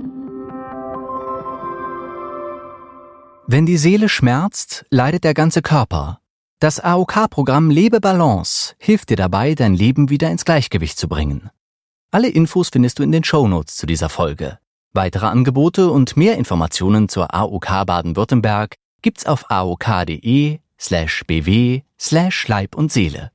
Wenn die Seele schmerzt, leidet der ganze Körper. Das A O K-Programm Lebe Balance hilft dir dabei, dein Leben wieder ins Gleichgewicht zu bringen. Alle Infos findest du in den Shownotes zu dieser Folge. Weitere Angebote und mehr Informationen zur A O K Baden-Württemberg gibt's auf aok.de slash bw slash Leib und Seele.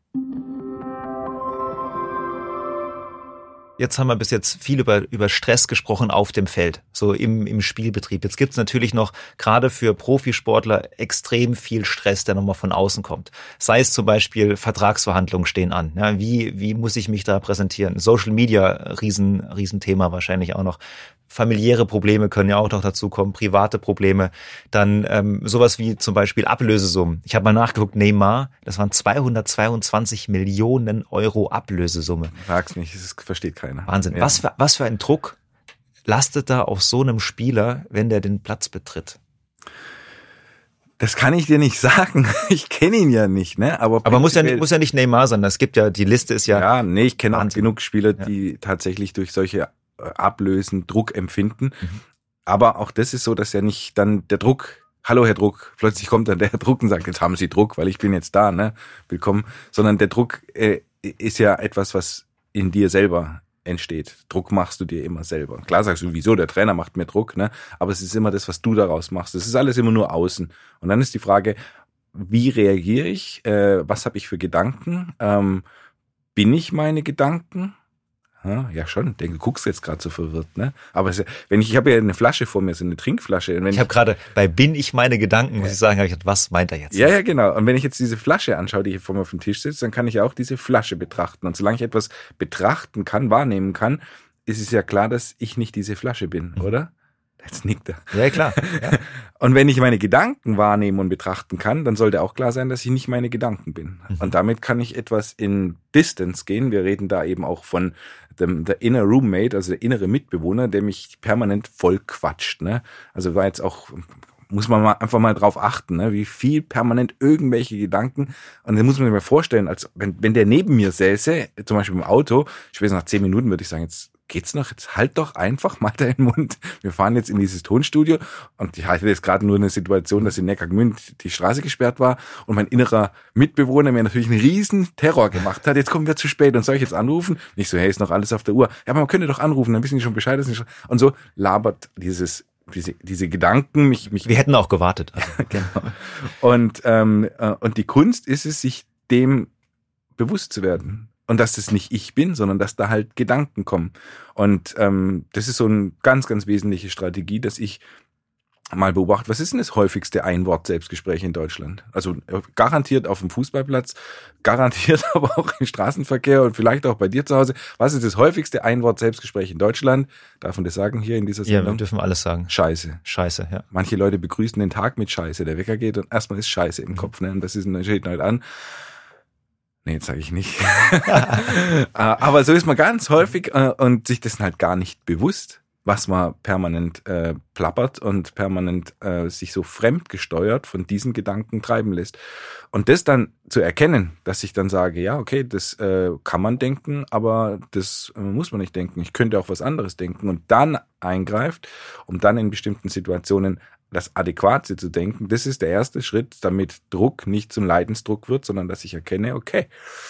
Jetzt haben wir bis jetzt viel über, über Stress gesprochen auf dem Feld, so im, im Spielbetrieb. Jetzt gibt's natürlich noch gerade für Profisportler extrem viel Stress, der nochmal von außen kommt. Sei es zum Beispiel Vertragsverhandlungen stehen an. Ja, wie, wie muss ich mich da präsentieren? Social Media, riesen, Riesenthema wahrscheinlich auch noch. Familiäre Probleme können ja auch noch dazu kommen, private Probleme. Dann ähm, sowas wie zum Beispiel Ablösesummen. Ich habe mal nachgeguckt, Neymar, das waren zweihundertzweiundzwanzig Millionen Euro Ablösesumme. Sag's nicht, das versteht keiner. Wahnsinn. Ja. Was für, was für ein Druck lastet da auf so einem Spieler, wenn der den Platz betritt? Das kann ich dir nicht sagen. Ich kenne ihn ja nicht, ne? Aber, Aber muss ja nicht, muss ja nicht Neymar sein. Es gibt ja, die Liste ist ja. Ja, nee, ich kenne auch genug Spieler, die ja. tatsächlich durch solche Ablösen Druck empfinden. Mhm. Aber auch das ist so, dass ja nicht dann der Druck, hallo Herr Druck, plötzlich kommt dann der Herr Druck und sagt, jetzt haben Sie Druck, weil ich bin jetzt da, ne? Willkommen. Sondern der Druck äh, ist ja etwas, was in dir selber entsteht. Druck machst du dir immer selber. Klar sagst du, wieso, der Trainer macht mir Druck, ne? Aber es ist immer das, was du daraus machst. Es ist alles immer nur außen. Und dann ist die Frage, wie reagiere ich? Äh, was habe ich für Gedanken? Ähm, bin ich meine Gedanken? Ja, schon. Du guckst jetzt gerade so verwirrt, ne? Aber es, wenn ich, ich habe ja eine Flasche vor mir, so eine Trinkflasche. Und wenn ich habe gerade bei Bin ich meine Gedanken, muss ich sagen, habe ich gedacht, was meint er jetzt? Ja, ja, genau. Und wenn ich jetzt diese Flasche anschaue, die hier vor mir auf dem Tisch sitzt, dann kann ich auch diese Flasche betrachten. Und solange ich etwas betrachten kann, wahrnehmen kann, ist es ja klar, dass ich nicht diese Flasche bin, mhm. oder? Jetzt nickt er. Ja, klar. Ja. Und wenn ich meine Gedanken wahrnehmen und betrachten kann, dann sollte auch klar sein, dass ich nicht meine Gedanken bin. Mhm. Und damit kann ich etwas in Distance gehen. Wir reden da eben auch von dem der inner Roommate, also der innere Mitbewohner, der mich permanent voll quatscht. Ne? Also war jetzt auch, muss man mal einfach mal drauf achten, ne? Wie viel permanent irgendwelche Gedanken. Und dann muss man sich mal vorstellen, als wenn, wenn der neben mir säße, zum Beispiel im Auto, spätestens nach zehn Minuten würde ich sagen, jetzt geht's noch? Jetzt halt doch einfach mal deinen Mund. Wir fahren jetzt in dieses Tonstudio und ich hatte jetzt gerade nur eine Situation, dass in Neckargemünd die Straße gesperrt war und mein innerer Mitbewohner mir natürlich einen riesen Terror gemacht hat. Jetzt kommen wir zu spät und soll ich jetzt anrufen? Nicht so, hey, ist noch alles auf der Uhr. Ja, aber man könnte doch anrufen, dann wissen die schon Bescheid. Und so labert dieses diese diese Gedanken mich mich. Wir hätten auch gewartet. Also. Genau. Und ähm, und die Kunst ist es, sich dem bewusst zu werden. Und dass das nicht ich bin, sondern dass da halt Gedanken kommen. Und ähm, das ist so eine ganz, ganz wesentliche Strategie, dass ich mal beobachte, was ist denn das häufigste Ein-Wort-Selbstgespräch in Deutschland? Also garantiert auf dem Fußballplatz, garantiert aber auch im Straßenverkehr und vielleicht auch bei dir zu Hause. Was ist das häufigste Ein-Wort-Selbstgespräch in Deutschland? Darf man das sagen hier in dieser Sendung? Ja, wir dürfen alles sagen. Scheiße. Scheiße, ja. Manche Leute begrüßen den Tag mit Scheiße. Der Wecker geht und erstmal ist Scheiße im Kopf. Ne? Und das ist steht halt an. Nee, jetzt sage ich nicht. Aber so ist man ganz häufig äh, und sich dessen halt gar nicht bewusst, was man permanent äh, plappert und permanent äh, sich so fremdgesteuert von diesen Gedanken treiben lässt. Und das dann zu erkennen, dass ich dann sage, ja, okay, das äh, kann man denken, aber das äh, muss man nicht denken. Ich könnte auch was anderes denken und dann eingreift, um dann in bestimmten Situationen das Adäquate zu denken, das ist der erste Schritt, damit Druck nicht zum Leidensdruck wird, sondern dass ich erkenne, okay,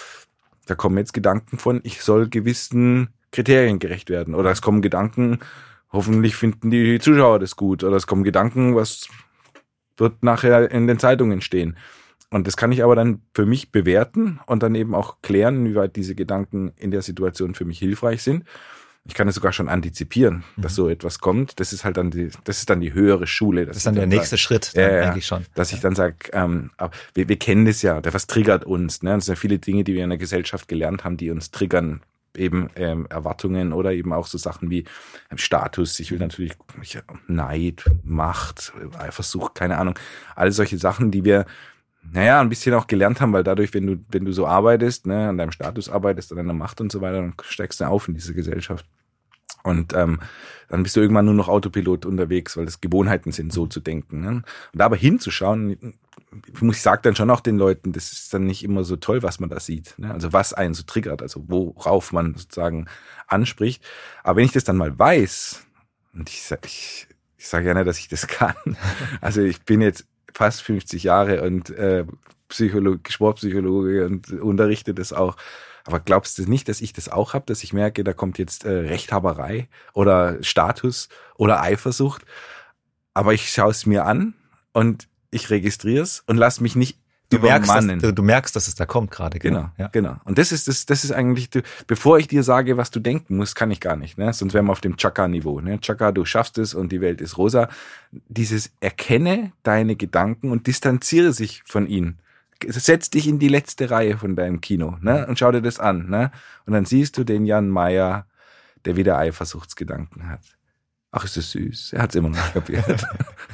da kommen jetzt Gedanken von, ich soll gewissen Kriterien gerecht werden. Oder es kommen Gedanken, hoffentlich finden die Zuschauer das gut. Oder es kommen Gedanken, was wird nachher in den Zeitungen stehen. Und das kann ich aber dann für mich bewerten und dann eben auch klären, inwieweit diese Gedanken in der Situation für mich hilfreich sind. Ich kann es sogar schon antizipieren, dass so etwas kommt. Das ist halt dann die, das ist dann die höhere Schule. Das ist dann der nächste sag, Schritt, dann ja, eigentlich schon. Dass ich dann sage, ähm, wir, wir kennen das ja, was triggert uns? Ne? Es sind ja viele Dinge, die wir in der Gesellschaft gelernt haben, die uns triggern. Eben ähm, Erwartungen oder eben auch so Sachen wie ähm, Status. Ich will natürlich ich, Neid, Macht, Eifersucht, keine Ahnung. All solche Sachen, die wir naja, ein bisschen auch gelernt haben, weil dadurch, wenn du, wenn du so arbeitest, ne, an deinem Status arbeitest, an deiner Macht und so weiter, dann steigst du auf in diese Gesellschaft. Und ähm, dann bist du irgendwann nur noch Autopilot unterwegs, weil das Gewohnheiten sind, so zu denken. Ne? Und aber hinzuschauen, ich sage dann schon auch den Leuten, das ist dann nicht immer so toll, was man da sieht. Ne? Also was einen so triggert, also worauf man sozusagen anspricht. Aber wenn ich das dann mal weiß, und ich, ich, ich sage ja nicht, dass ich das kann, also ich bin jetzt fast fünfzig Jahre und äh, Psychologe, Sportpsychologe und unterrichte das auch. Aber glaubst du nicht, dass ich das auch habe, dass ich merke, da kommt jetzt äh, Rechthaberei oder Status oder Eifersucht? Aber ich schaue es mir an und ich registriere es und lass mich nicht du merkst, dass, du, du merkst, dass es da kommt gerade. Genau, genau. Ja. genau. Und das ist das, das ist eigentlich, du, bevor ich dir sage, was du denken musst, kann ich gar nicht. Ne? Sonst wären wir auf dem Chaka-Niveau. Ne? Chaka, du schaffst es und die Welt ist rosa. Dieses erkenne deine Gedanken und distanziere sich von ihnen. Setz dich in die letzte Reihe von deinem Kino, ne, und schau dir das an, ne, und dann siehst du den Jan Meyer, der wieder Eifersuchtsgedanken hat. Ach, ist das süß, er hat's immer noch nicht kapiert.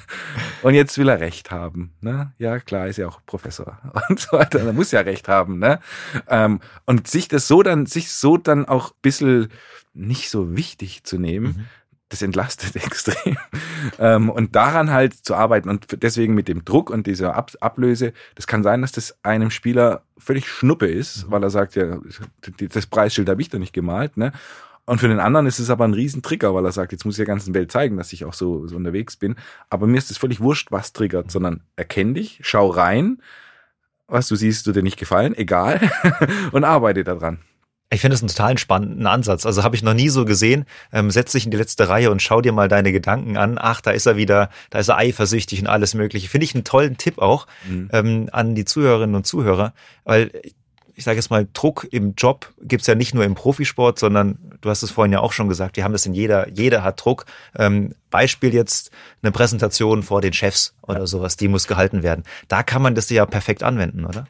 Und jetzt will er Recht haben, ne, ja klar, ist ja auch Professor und so weiter, er muss ja Recht haben, ne, ähm, und sich das so dann, sich so dann auch ein bisschen nicht so wichtig zu nehmen, mhm. das entlastet extrem. Ähm, und daran halt zu arbeiten und deswegen mit dem Druck und dieser Ab- Ablöse, das kann sein, dass das einem Spieler völlig Schnuppe ist, mhm. weil er sagt, ja, das Preisschild habe ich doch nicht gemalt, ne? Und für den anderen ist es aber ein Riesentrigger, weil er sagt, jetzt muss ich der ganzen Welt zeigen, dass ich auch so, so unterwegs bin. Aber mir ist es völlig wurscht, was triggert, sondern erkenn dich, schau rein, was du siehst, du dir nicht gefallen, egal, und arbeite daran. Ich finde es einen total spannenden Ansatz. Also habe ich noch nie so gesehen. Ähm, setz dich in die letzte Reihe und schau dir mal deine Gedanken an. Ach, da ist er wieder, da ist er eifersüchtig und alles Mögliche. Finde ich einen tollen Tipp auch mhm. ähm, an die Zuhörerinnen und Zuhörer, weil ich sage jetzt mal, Druck im Job gibt's ja nicht nur im Profisport, sondern du hast es vorhin ja auch schon gesagt, wir haben das in jeder, jeder hat Druck. Ähm, Beispiel jetzt eine Präsentation vor den Chefs oder sowas, die muss gehalten werden. Da kann man das ja perfekt anwenden, oder?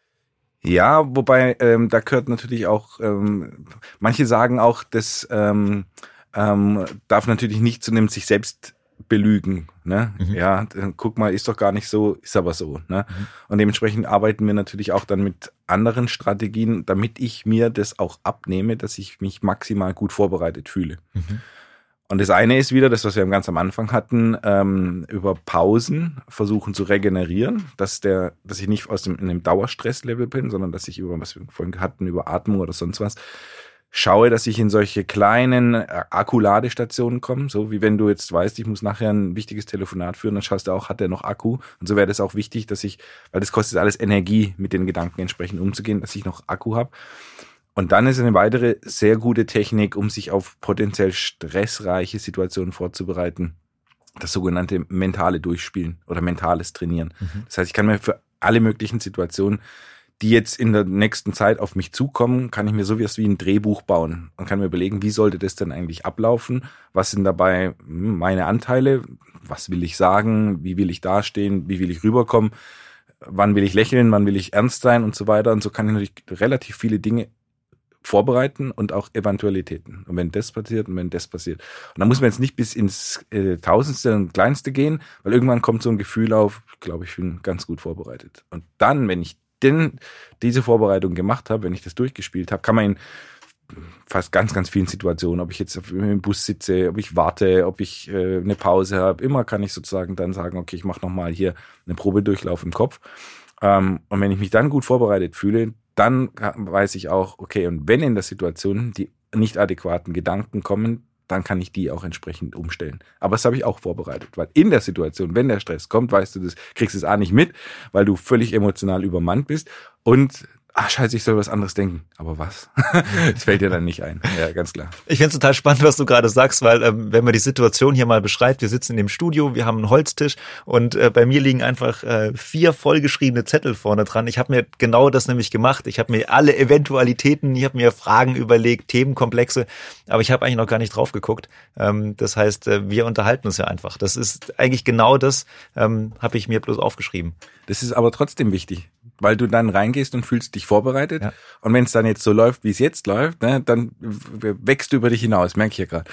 Ja, wobei ähm, da gehört natürlich auch, ähm, manche sagen auch, das ähm, ähm, darf natürlich nicht zu einem sich selbst belügen. Ne? Mhm. Ja, guck mal, ist doch gar nicht so, ist aber so. Ne? Mhm. Und dementsprechend arbeiten wir natürlich auch dann mit anderen Strategien, damit ich mir das auch abnehme, dass ich mich maximal gut vorbereitet fühle. Mhm. Und das eine ist wieder, das, was wir ganz am Anfang hatten, ähm, über Pausen versuchen zu regenerieren, dass der, dass ich nicht aus dem in einem Dauerstresslevel bin, sondern dass ich über, was wir vorhin hatten, über Atmung oder sonst was, schaue, dass ich in solche kleinen Akkuladestationen komme, so wie wenn du jetzt weißt, ich muss nachher ein wichtiges Telefonat führen, dann schaust du auch, hat der noch Akku? Und so wäre das auch wichtig, dass ich, weil das kostet alles Energie, mit den Gedanken entsprechend umzugehen, dass ich noch Akku habe. Und dann ist eine weitere sehr gute Technik, um sich auf potenziell stressreiche Situationen vorzubereiten, das sogenannte mentale Durchspielen oder mentales Trainieren. Mhm. Das heißt, ich kann mir für alle möglichen Situationen, die jetzt in der nächsten Zeit auf mich zukommen, kann ich mir sowas wie ein Drehbuch bauen und kann mir überlegen, wie sollte das denn eigentlich ablaufen? Was sind dabei meine Anteile? Was will ich sagen? Wie will ich dastehen? Wie will ich rüberkommen? Wann will ich lächeln? Wann will ich ernst sein? Und so weiter. Und so kann ich natürlich relativ viele Dinge vorbereiten und auch Eventualitäten. Und wenn das passiert und wenn das passiert. Und da muss man jetzt nicht bis ins äh, Tausendste und Kleinste gehen, weil irgendwann kommt so ein Gefühl auf, ich glaube, ich bin ganz gut vorbereitet. Und dann, wenn ich denn diese Vorbereitung gemacht habe, wenn ich das durchgespielt habe, kann man in fast ganz, ganz vielen Situationen, ob ich jetzt im Bus sitze, ob ich warte, ob ich äh, eine Pause habe, immer kann ich sozusagen dann sagen, okay, ich mache nochmal hier eine Probedurchlauf im Kopf. Ähm, und wenn ich mich dann gut vorbereitet fühle, dann weiß ich auch, okay, und wenn in der Situation die nicht adäquaten Gedanken kommen, dann kann ich die auch entsprechend umstellen. Aber das habe ich auch vorbereitet, weil in der Situation, wenn der Stress kommt, weißt du, das kriegst du es auch nicht mit, weil du völlig emotional übermannt bist und ach scheiße, ich soll was anderes denken. Aber was? Das fällt dir dann nicht ein. Ja, ganz klar. Ich finde es total spannend, was du gerade sagst, weil ähm, wenn man die Situation hier mal beschreibt, wir sitzen in dem Studio, wir haben einen Holztisch und äh, bei mir liegen einfach äh, vier vollgeschriebene Zettel vorne dran. Ich habe mir genau das nämlich gemacht. Ich habe mir alle Eventualitäten, ich habe mir Fragen überlegt, Themenkomplexe, aber ich habe eigentlich noch gar nicht drauf geguckt. Ähm, das heißt, äh, wir unterhalten uns ja einfach. Das ist eigentlich genau das, ähm, habe ich mir bloß aufgeschrieben. Das ist aber trotzdem wichtig, weil du dann reingehst und fühlst dich vorbereitet. Ja. Und wenn es dann jetzt so läuft, wie es jetzt läuft, ne, dann wächst du über dich hinaus, merke ich hier gerade.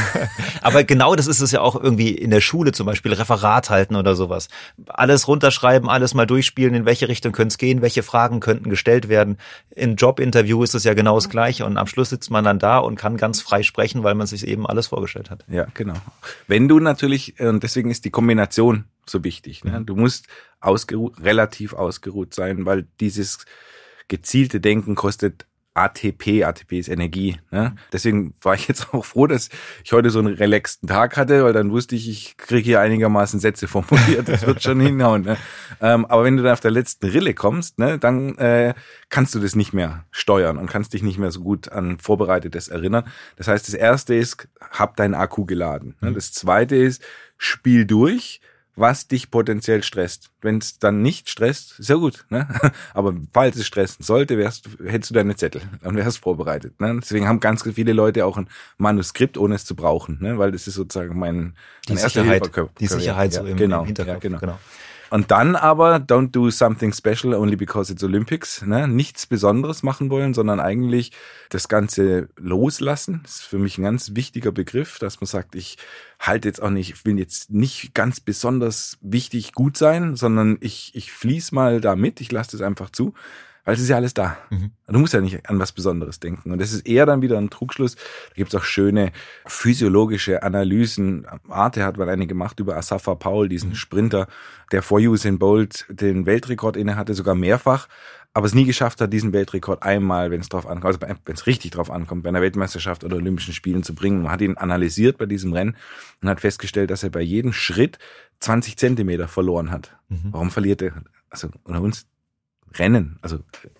Aber genau das ist es ja auch irgendwie in der Schule zum Beispiel, Referat halten oder sowas. Alles runterschreiben, alles mal durchspielen, in welche Richtung könnte es gehen, welche Fragen könnten gestellt werden. Im Jobinterview ist es ja genau das Gleiche und am Schluss sitzt man dann da und kann ganz frei sprechen, weil man sich eben alles vorgestellt hat. Ja, genau. Wenn du natürlich, und deswegen ist die Kombination so wichtig, ne? Du musst ausgeruht, relativ ausgeruht sein, weil dieses gezielte Denken kostet A T P. A T P ist Energie. Ne? Deswegen war ich jetzt auch froh, dass ich heute so einen relaxten Tag hatte, weil dann wusste ich, ich kriege hier einigermaßen Sätze formuliert. Das wird schon hinhauen. Ne? Ähm, aber wenn du dann auf der letzten Rille kommst, ne, dann äh, kannst du das nicht mehr steuern und kannst dich nicht mehr so gut an Vorbereitetes erinnern. Das heißt, das Erste ist, hab deinen Akku geladen. Ne? Das Zweite ist, spiel durch, was dich potenziell stresst. Wenn es dann nicht stresst, ist ja gut. Ne? Aber falls es stressen sollte, wärst, hättest du deine Zettel und wärst vorbereitet. Ne? Deswegen haben ganz viele Leute auch ein Manuskript, ohne es zu brauchen. Ne? Weil das ist sozusagen mein, die mein Sicherheit, die Sicherheit ja, so im, genau, im Hinterkopf. Ja, genau. genau. Und dann aber, don't do something special only because it's Olympics. Ne? Nichts Besonderes machen wollen, sondern eigentlich das Ganze loslassen. Das ist für mich ein ganz wichtiger Begriff, dass man sagt, ich halte jetzt auch nicht, ich will jetzt nicht ganz besonders wichtig gut sein, sondern ich, ich fließ mal da mit, ich lasse das einfach zu. Weil es ist ja alles da. Mhm. Du musst ja nicht an was Besonderes denken. Und das ist eher dann wieder ein Trugschluss. Da gibt es auch schöne physiologische Analysen. Arte hat mal eine gemacht über Asafa Paul, diesen mhm. Sprinter, der vor Usain Bolt den Weltrekord inne hatte, sogar mehrfach, aber es nie geschafft hat, diesen Weltrekord einmal, wenn es drauf ankommt, also wenn es richtig drauf ankommt, bei einer Weltmeisterschaft oder Olympischen Spielen zu bringen. Man hat ihn analysiert bei diesem Rennen und hat festgestellt, dass er bei jedem Schritt zwanzig Zentimeter verloren hat. Mhm. Warum verliert er? Also unter uns Rennen, also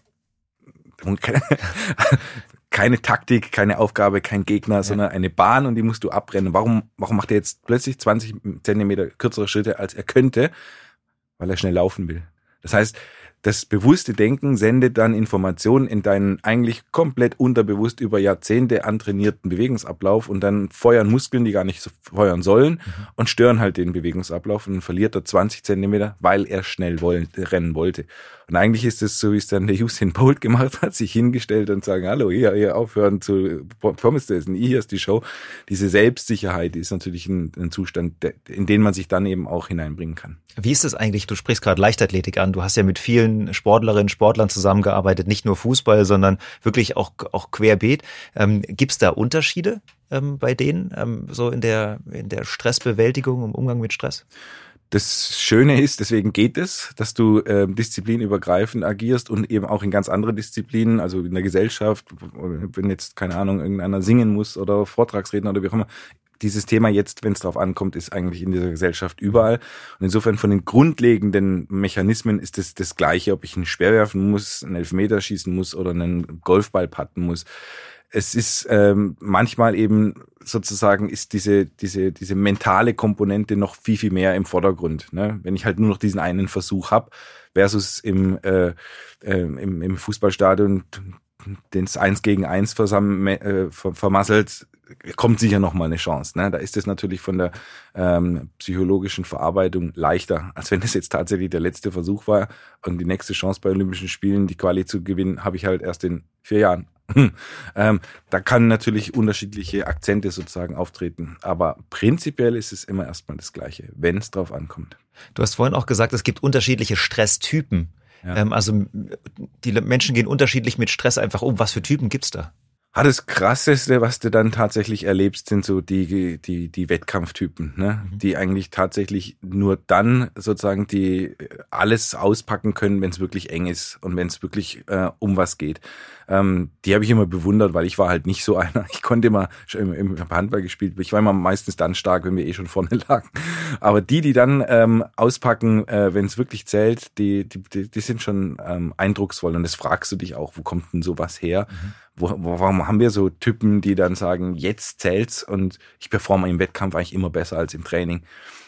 keine, keine Taktik, keine Aufgabe, kein Gegner, ja. sondern eine Bahn und die musst du abrennen. Warum, warum macht er jetzt plötzlich zwanzig Zentimeter kürzere Schritte, als er könnte? Weil er schnell laufen will. Das heißt, das bewusste Denken sendet dann Informationen in deinen eigentlich komplett unterbewusst über Jahrzehnte antrainierten Bewegungsablauf und dann feuern Muskeln, die gar nicht so feuern sollen, mhm. und stören halt den Bewegungsablauf und dann verliert er zwanzig Zentimeter, weil er schnell wollen, rennen wollte. Und eigentlich ist es so, wie es dann der Usain Bolt gemacht hat, sich hingestellt und sagen, hallo, hier, hier aufhören zu Pommes zu essen, hier ist die Show. Diese Selbstsicherheit ist natürlich ein, ein Zustand, in den man sich dann eben auch hineinbringen kann. Wie ist es eigentlich, du sprichst gerade Leichtathletik an, du hast ja mit vielen Sportlerinnen, Sportlern zusammengearbeitet, nicht nur Fußball, sondern wirklich auch, auch querbeet. Ähm, Gibt es da Unterschiede ähm, bei denen, ähm, so in der, in der Stressbewältigung, im Umgang mit Stress? Das Schöne ist, deswegen geht es, dass du äh, disziplinübergreifend agierst und eben auch in ganz andere Disziplinen, also in der Gesellschaft, wenn jetzt, keine Ahnung, irgendeiner singen muss oder Vortragsredner oder wie auch immer. Dieses Thema jetzt, wenn es drauf ankommt, ist eigentlich in dieser Gesellschaft überall. Und insofern von den grundlegenden Mechanismen ist es das, das Gleiche, ob ich einen Speer werfen muss, einen Elfmeter schießen muss oder einen Golfball putten muss. Es ist ähm, manchmal eben sozusagen ist diese diese diese mentale Komponente noch viel viel mehr im Vordergrund. Ne? Wenn ich halt nur noch diesen einen Versuch habe versus im äh, äh, im, im Fußballstadion den eins gegen eins versam, äh, vermasselt, kommt sicher noch mal eine Chance. Ne? Da ist es natürlich von der ähm, psychologischen Verarbeitung leichter, als wenn es jetzt tatsächlich der letzte Versuch war und die nächste Chance bei Olympischen Spielen, die Quali zu gewinnen, habe ich halt erst in vier Jahren. ähm, da kann natürlich unterschiedliche Akzente sozusagen auftreten, aber prinzipiell ist es immer erstmal das Gleiche, wenn es drauf ankommt. Du hast vorhin auch gesagt, es gibt unterschiedliche Stresstypen. Ja. Ähm, also die Menschen gehen unterschiedlich mit Stress einfach um. Was für Typen gibt's da? Ah, das Krasseste, was du dann tatsächlich erlebst, sind so die die die Wettkampftypen, ne? Mhm. Die eigentlich tatsächlich nur dann sozusagen die alles auspacken können, wenn es wirklich eng ist und wenn es wirklich äh, um was geht. Ähm, die habe ich immer bewundert, weil ich war halt nicht so einer. Ich konnte immer im, im Handball gespielt, ich war immer meistens dann stark, wenn wir eh schon vorne lagen. Aber die, die dann ähm, auspacken, äh, wenn es wirklich zählt, die die die sind schon ähm, eindrucksvoll. Und das fragst du dich auch, wo kommt denn sowas her? Mhm. Wo, warum haben wir so Typen, die dann sagen, jetzt zählt's und ich performe im Wettkampf eigentlich immer besser als im Training?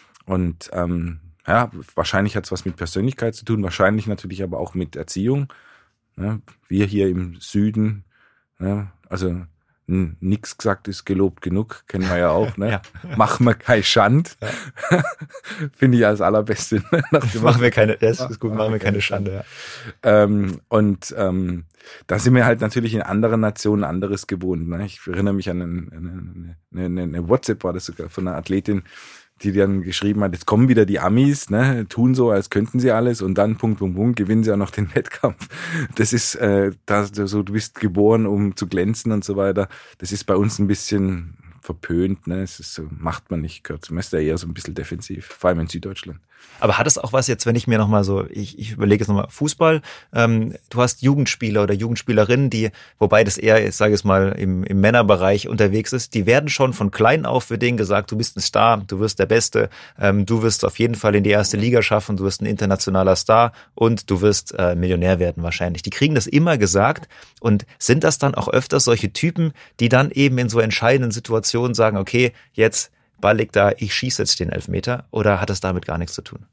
Und ähm, ja, wahrscheinlich hat's was mit Persönlichkeit zu tun, wahrscheinlich natürlich aber auch mit Erziehung. Ne? Wir hier im Süden, ne? Also n- nix gesagt ist gelobt genug, kennen wir ja auch. Ne? Ja. Machen wir kein Schand, ja. Finde ich als allerbeste. Machen wir keine, das ist gut, machen wir keine Schande. Ja. Ähm, und ähm, da sind wir halt natürlich in anderen Nationen anderes gewohnt. Ne? Ich erinnere mich an eine, eine, eine, eine WhatsApp, war das sogar von einer Athletin, die dann geschrieben hat, jetzt kommen wieder die Amis, ne, tun so, als könnten sie alles und dann Punkt, Punkt, Punkt, gewinnen sie auch noch den Wettkampf. Das ist, äh, da so, du bist geboren, um zu glänzen und so weiter. Das ist bei uns ein bisschen verpönt, ne, es ist so, macht man nicht, gehört zum Meister eher so ein bisschen defensiv, vor allem in Süddeutschland. Aber hat es auch was jetzt, wenn ich mir nochmal so, ich, ich überlege jetzt nochmal Fußball, ähm, du hast Jugendspieler oder Jugendspielerinnen, die, wobei das eher, ich sage es mal, im, im Männerbereich unterwegs ist, die werden schon von klein auf für denen gesagt, du bist ein Star, du wirst der Beste, ähm, du wirst auf jeden Fall in die erste Liga schaffen, du wirst ein internationaler Star und du wirst äh, Millionär werden wahrscheinlich. Die kriegen das immer gesagt und sind das dann auch öfters solche Typen, die dann eben in so entscheidenden Situationen sagen, okay, jetzt Ball liegt da, ich schieße jetzt den Elfmeter, oder hat das damit gar nichts zu tun?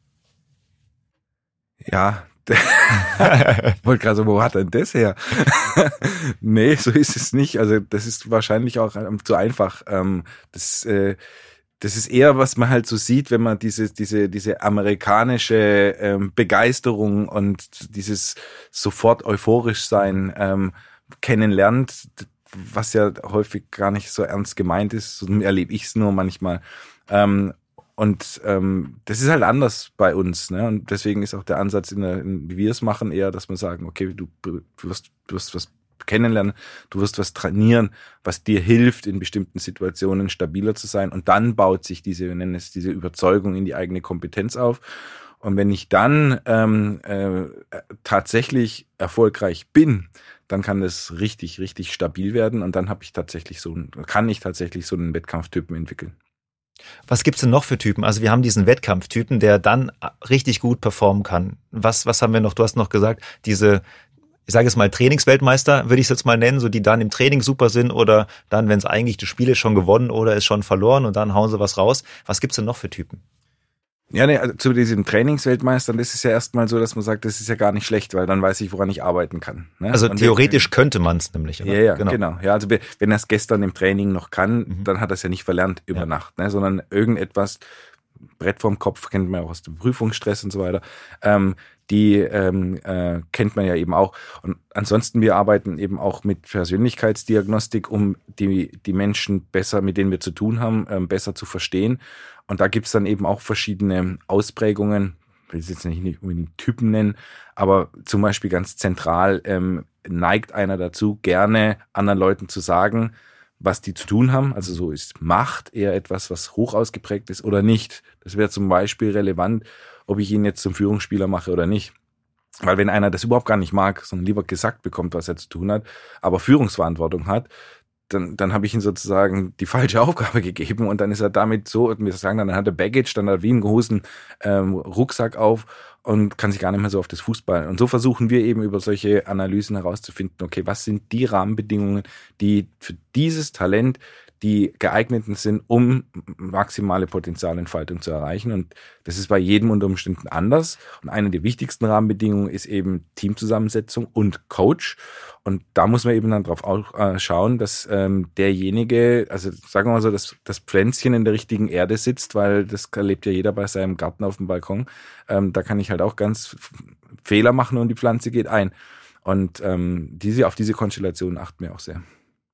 Ja, ich wollte gerade so, wo hat denn das her? Nee, so ist es nicht. Also das ist wahrscheinlich auch zu einfach. Das, das ist eher, was man halt so sieht, wenn man diese diese diese amerikanische Begeisterung und dieses sofort euphorisch sein kennenlernt, was ja häufig gar nicht so ernst gemeint ist, so erlebe ich es nur manchmal. Ähm, und ähm, das ist halt anders bei uns, ne? Und deswegen ist auch der Ansatz, in der, in, wie wir es machen, eher, dass wir sagen, okay, du, du, wirst, du wirst was kennenlernen, du wirst was trainieren, was dir hilft, in bestimmten Situationen stabiler zu sein. Und dann baut sich diese, wir nennen es diese Überzeugung in die eigene Kompetenz auf. Und wenn ich dann ähm, äh, tatsächlich erfolgreich bin, dann kann das richtig, richtig stabil werden und dann habe ich tatsächlich so, kann ich tatsächlich so einen Wettkampftypen entwickeln. Was gibt's denn noch für Typen? Also wir haben diesen Wettkampftypen, der dann richtig gut performen kann. Was, was haben wir noch? Du hast noch gesagt, diese, ich sage es mal, Trainingsweltmeister, würde ich es jetzt mal nennen, so die dann im Training super sind oder dann, wenn es eigentlich das Spiel ist schon gewonnen oder ist schon verloren und dann hauen sie was raus. Was gibt's denn noch für Typen? Ja, ne, also zu diesem Trainingsweltmeistern, das ist ja erstmal so, dass man sagt, das ist ja gar nicht schlecht, weil dann weiß ich, woran ich arbeiten kann. Ne? Also und theoretisch wenn, könnte man es nämlich. Oder? Ja, ja, genau. genau. Ja, also wenn er es gestern im Training noch kann, mhm. dann hat er es ja nicht verlernt über ja. Nacht, ne? Sondern irgendetwas, Brett vorm Kopf kennt man ja auch aus dem Prüfungsstress und so weiter, ähm, die ähm, äh, kennt man ja eben auch. Und ansonsten, wir arbeiten eben auch mit Persönlichkeitsdiagnostik, um die die Menschen besser, mit denen wir zu tun haben, ähm, besser zu verstehen. Und da gibt's dann eben auch verschiedene Ausprägungen, ich will es jetzt nicht unbedingt Typen nennen, aber zum Beispiel ganz zentral ähm, neigt einer dazu, gerne anderen Leuten zu sagen, was die zu tun haben. Also so ist Macht eher etwas, was hoch ausgeprägt ist oder nicht. Das wäre zum Beispiel relevant, ob ich ihn jetzt zum Führungsspieler mache oder nicht. Weil wenn einer das überhaupt gar nicht mag, sondern lieber gesagt bekommt, was er zu tun hat, aber Führungsverantwortung hat, dann, dann habe ich ihm sozusagen die falsche Aufgabe gegeben und dann ist er damit so, wir sagen dann, dann hat er Baggage, dann hat er wie einen großen ähm, Rucksack auf und kann sich gar nicht mehr so auf das Fußball. Und so versuchen wir eben über solche Analysen herauszufinden, okay, was sind die Rahmenbedingungen, die für dieses Talent die geeigneten sind, um maximale Potenzialentfaltung zu erreichen. Und das ist bei jedem unter Umständen anders. Und eine der wichtigsten Rahmenbedingungen ist eben Teamzusammensetzung und Coach. Und da muss man eben dann drauf auch, äh, schauen, dass ähm, derjenige, also sagen wir mal so, dass das Pflänzchen in der richtigen Erde sitzt, weil das erlebt ja jeder bei seinem Garten auf dem Balkon. Ähm, da kann ich halt auch ganz Fehler machen und die Pflanze geht ein. Und ähm, diese auf diese Konstellation achten wir auch sehr.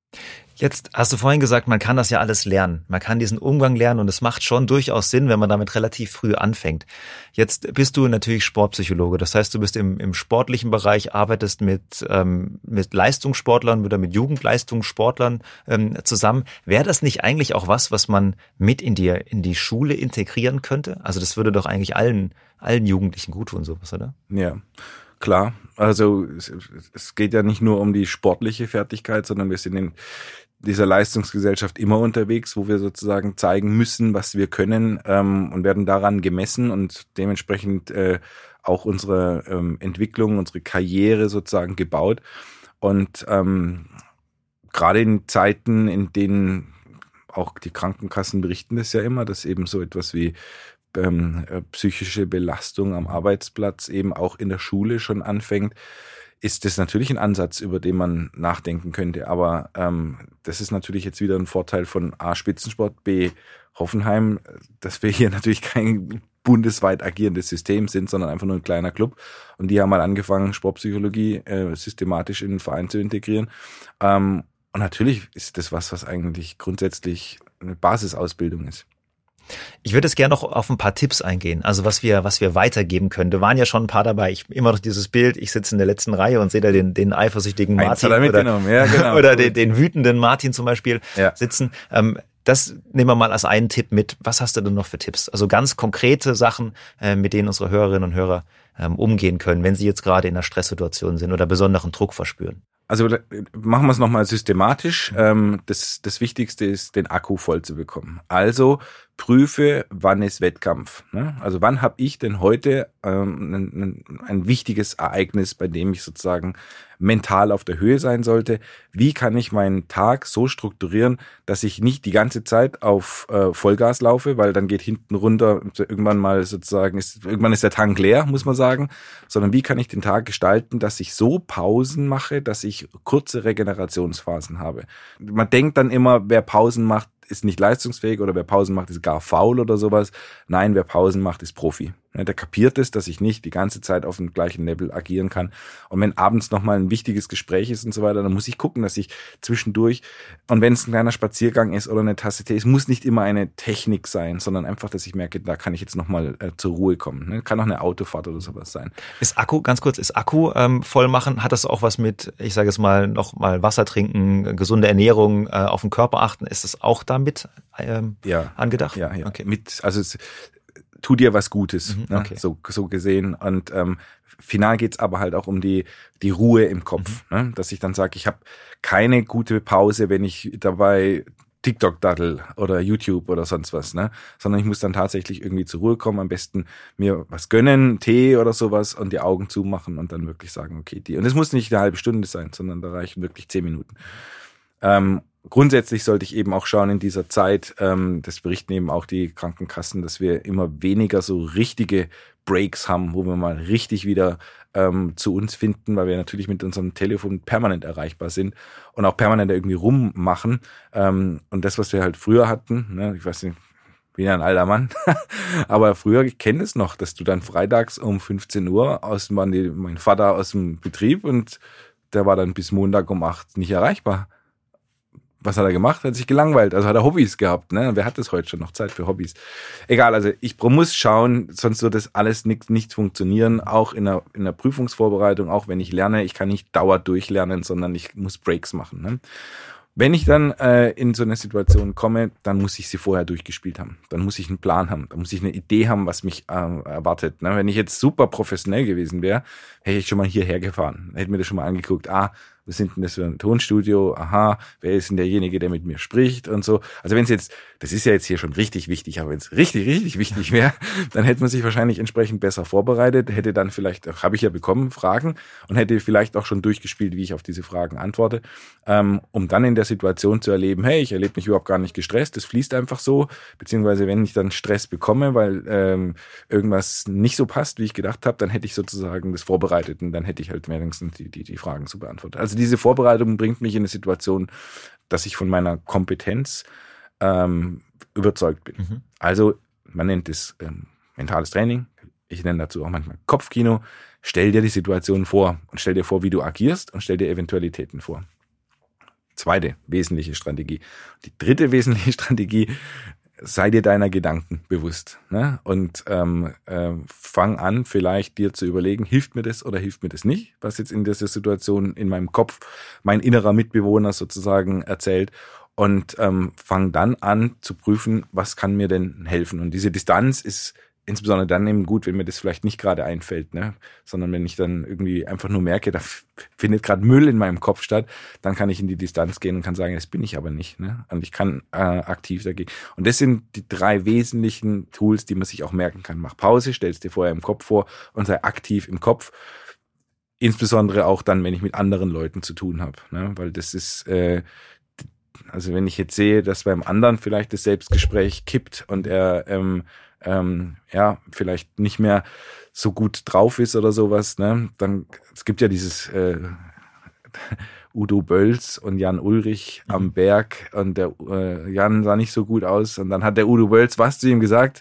Jetzt hast du vorhin gesagt, man kann das ja alles lernen. Man kann diesen Umgang lernen und es macht schon durchaus Sinn, wenn man damit relativ früh anfängt. Jetzt bist du natürlich Sportpsychologe. Das heißt, du bist im, im sportlichen Bereich, arbeitest mit, ähm, mit Leistungssportlern oder mit Jugendleistungssportlern ähm, zusammen. Wäre das nicht eigentlich auch was, was man mit in die, in die Schule integrieren könnte? Also das würde doch eigentlich allen, allen Jugendlichen gut tun, sowas, oder? Ja. Klar, also es, es geht ja nicht nur um die sportliche Fertigkeit, sondern wir sind in dieser Leistungsgesellschaft immer unterwegs, wo wir sozusagen zeigen müssen, was wir können ähm, und werden daran gemessen und dementsprechend äh, auch unsere ähm, Entwicklung, unsere Karriere sozusagen gebaut. Und ähm, gerade in Zeiten, in denen auch die Krankenkassen berichten das ja immer, dass eben so etwas wie Ähm, äh, psychische Belastung am Arbeitsplatz eben auch in der Schule schon anfängt, ist das natürlich ein Ansatz, über den man nachdenken könnte. Aber ähm, das ist natürlich jetzt wieder ein Vorteil von A, Spitzensport, B, Hoffenheim, dass wir hier natürlich kein bundesweit agierendes System sind, sondern einfach nur ein kleiner Club. Und die haben mal angefangen, Sportpsychologie äh, systematisch in den Verein zu integrieren. Ähm, und natürlich ist das was, was eigentlich grundsätzlich eine Basisausbildung ist. Ich würde jetzt gerne noch auf ein paar Tipps eingehen, also was wir was wir weitergeben können. Da waren ja schon ein paar dabei. Ich immer noch dieses Bild, ich sitze in der letzten Reihe und sehe da den den eifersüchtigen Martin oder, ja, genau. oder den, den wütenden Martin zum Beispiel ja. sitzen. Ähm, das nehmen wir mal als einen Tipp mit. Was hast du denn noch für Tipps? Also ganz konkrete Sachen, äh, mit denen unsere Hörerinnen und Hörer ähm, umgehen können, wenn sie jetzt gerade in einer Stresssituation sind oder besonderen Druck verspüren. Also machen wir es nochmal systematisch. Ähm, das, das Wichtigste ist, den Akku voll zu bekommen. Also prüfe, wann ist Wettkampf. Ne? Also wann habe ich denn heute ähm, ein, ein wichtiges Ereignis, bei dem ich sozusagen mental auf der Höhe sein sollte? Wie kann ich meinen Tag so strukturieren, dass ich nicht die ganze Zeit auf äh, Vollgas laufe, weil dann geht hinten runter irgendwann mal sozusagen, ist, irgendwann ist der Tank leer, muss man sagen, sondern wie kann ich den Tag gestalten, dass ich so Pausen mache, dass ich kurze Regenerationsphasen habe. Man denkt dann immer, wer Pausen macht, ist nicht leistungsfähig oder wer Pausen macht, ist gar faul oder sowas. Nein, wer Pausen macht, ist Profi. Der kapiert es, dass ich nicht die ganze Zeit auf dem gleichen Level agieren kann. Und wenn abends nochmal ein wichtiges Gespräch ist und so weiter, dann muss ich gucken, dass ich zwischendurch, und wenn es ein kleiner Spaziergang ist oder eine Tasse Tee, es muss nicht immer eine Technik sein, sondern einfach, dass ich merke, da kann ich jetzt nochmal äh, zur Ruhe kommen. Ne? Kann auch eine Autofahrt oder sowas sein. Ist Akku, ganz kurz, ist Akku ähm, voll machen? Hat das auch was mit, ich sage es mal, noch mal Wasser trinken, gesunde Ernährung, äh, auf den Körper achten? Ist das auch damit ähm, ja. angedacht? Ja, ja. Okay. Mit, also es, tu dir was Gutes, mhm, okay. ne? so so gesehen. Und ähm, final geht's aber halt auch um die die Ruhe im Kopf, mhm. ne? Dass ich dann sage, ich habe keine gute Pause, wenn ich dabei TikTok daddel oder YouTube oder sonst was, ne? Sondern ich muss dann tatsächlich irgendwie zur Ruhe kommen, am besten mir was gönnen, Tee oder sowas und die Augen zumachen und dann wirklich sagen, okay, die. Und es muss nicht eine halbe Stunde sein, sondern da reichen wirklich zehn Minuten. Ähm, grundsätzlich sollte ich eben auch schauen in dieser Zeit, ähm, das berichten eben auch die Krankenkassen, dass wir immer weniger so richtige Breaks haben, wo wir mal richtig wieder ähm, zu uns finden, weil wir natürlich mit unserem Telefon permanent erreichbar sind und auch permanent irgendwie rummachen. Ähm, und das, was wir halt früher hatten, ne, ich weiß nicht, bin ja ein alter Mann, aber früher, ich kenne es noch, dass du dann freitags um fünfzehn Uhr aus waren die, mein Vater aus dem Betrieb und der war dann bis Montag um acht nicht erreichbar. Was hat er gemacht? Hat sich gelangweilt. Also hat er Hobbys gehabt. Ne? Wer hat das heute schon noch Zeit für Hobbys? Egal, also ich muss schauen, sonst wird das alles nicht, nicht funktionieren. Auch in der, in der Prüfungsvorbereitung, auch wenn ich lerne. Ich kann nicht dauernd durchlernen, sondern ich muss Breaks machen. Ne? Wenn ich dann äh, in so eine Situation komme, dann muss ich sie vorher durchgespielt haben. Dann muss ich einen Plan haben. Dann muss ich eine Idee haben, was mich äh, erwartet. Ne? Wenn ich jetzt super professionell gewesen wäre, hätte ich schon mal hierher gefahren. Hätte mir das schon mal angeguckt. Ah, was sind denn das für ein Tonstudio? Aha, wer ist denn derjenige, der mit mir spricht und so. Also wenn es jetzt, das ist ja jetzt hier schon richtig wichtig, aber wenn es richtig, richtig wichtig wäre, dann hätte man sich wahrscheinlich entsprechend besser vorbereitet, hätte dann vielleicht, habe ich ja bekommen, Fragen und hätte vielleicht auch schon durchgespielt, wie ich auf diese Fragen antworte, ähm, um dann in der Situation zu erleben, hey, ich erlebe mich überhaupt gar nicht gestresst, das fließt einfach so, beziehungsweise wenn ich dann Stress bekomme, weil ähm, irgendwas nicht so passt, wie ich gedacht habe, dann hätte ich sozusagen das vorbereitet und dann hätte ich halt wenigstens die, die, die Fragen zu beantworten. Also diese Vorbereitung bringt mich in eine Situation, dass ich von meiner Kompetenz ähm, überzeugt bin. Mhm. Also man nennt es ähm, mentales Training. Ich nenne dazu auch manchmal Kopfkino. Stell dir die Situation vor und stell dir vor, wie du agierst und stell dir Eventualitäten vor. Zweite wesentliche Strategie. Die dritte wesentliche Strategie, sei dir deiner Gedanken bewusst, ne? Und ähm, äh, fang an, vielleicht dir zu überlegen, hilft mir das oder hilft mir das nicht, was jetzt in dieser Situation in meinem Kopf mein innerer Mitbewohner sozusagen erzählt. Und ähm, fang dann an zu prüfen, was kann mir denn helfen. Und diese Distanz ist insbesondere dann eben gut, wenn mir das vielleicht nicht gerade einfällt, ne? Sondern wenn ich dann irgendwie einfach nur merke, da f- findet gerade Müll in meinem Kopf statt, dann kann ich in die Distanz gehen und kann sagen, das bin ich aber nicht, ne? Und ich kann äh, aktiv dagegen. Und das sind die drei wesentlichen Tools, die man sich auch merken kann. Mach Pause, stell's dir vorher im Kopf vor und sei aktiv im Kopf. Insbesondere auch dann, wenn ich mit anderen Leuten zu tun habe, ne? Weil das ist äh, also wenn ich jetzt sehe, dass beim anderen vielleicht das Selbstgespräch kippt und er ähm, ähm, ja vielleicht nicht mehr so gut drauf ist oder sowas, ne, dann es gibt ja dieses äh, Udo Bölz und Jan Ulrich mhm. am Berg und der äh, Jan sah nicht so gut aus und dann hat der Udo Bölz was zu ihm gesagt?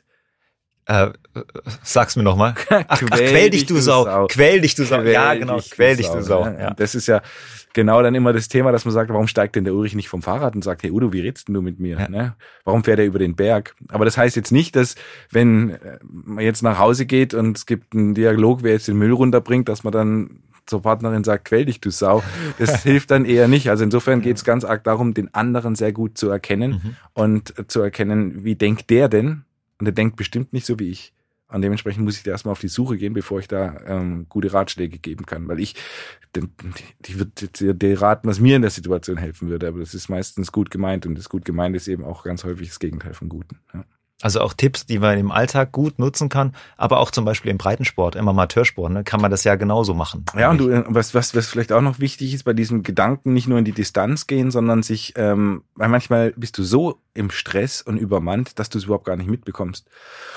Äh, sag's mir nochmal. Ach, ach, quäl dich, du Sau. Sau. Quäl dich, du Sau. Quäl ja, genau. Dich, quäl du dich, du Sau. Sau. Ja. Das ist ja genau dann immer das Thema, dass man sagt, warum steigt denn der Ulrich nicht vom Fahrrad und sagt, hey Udo, wie redst denn du mit mir? Ja. Ne? Warum fährt er über den Berg? Aber das heißt jetzt nicht, dass wenn man jetzt nach Hause geht und es gibt einen Dialog, wer jetzt den Müll runterbringt, dass man dann zur Partnerin sagt, quäl dich, du Sau. Das hilft dann eher nicht. Also insofern geht es ganz arg darum, den anderen sehr gut zu erkennen mhm. und zu erkennen, wie denkt der denn? Und der denkt bestimmt nicht so wie ich. Und dementsprechend muss ich da erstmal auf die Suche gehen, bevor ich da ähm, gute Ratschläge geben kann. Weil ich, die, die wird dir, dir raten, was mir in der Situation helfen würde. Aber das ist meistens gut gemeint. Und das gut gemeint ist eben auch ganz häufig das Gegenteil von Guten. Ja. Also auch Tipps, die man im Alltag gut nutzen kann, aber auch zum Beispiel im Breitensport, im Amateursport, ne, kann man das ja genauso machen. Ja, und du, was, was, was vielleicht auch noch wichtig ist, bei diesem Gedanken nicht nur in die Distanz gehen, sondern sich, ähm, weil manchmal bist du so im Stress und übermannt, dass du es überhaupt gar nicht mitbekommst.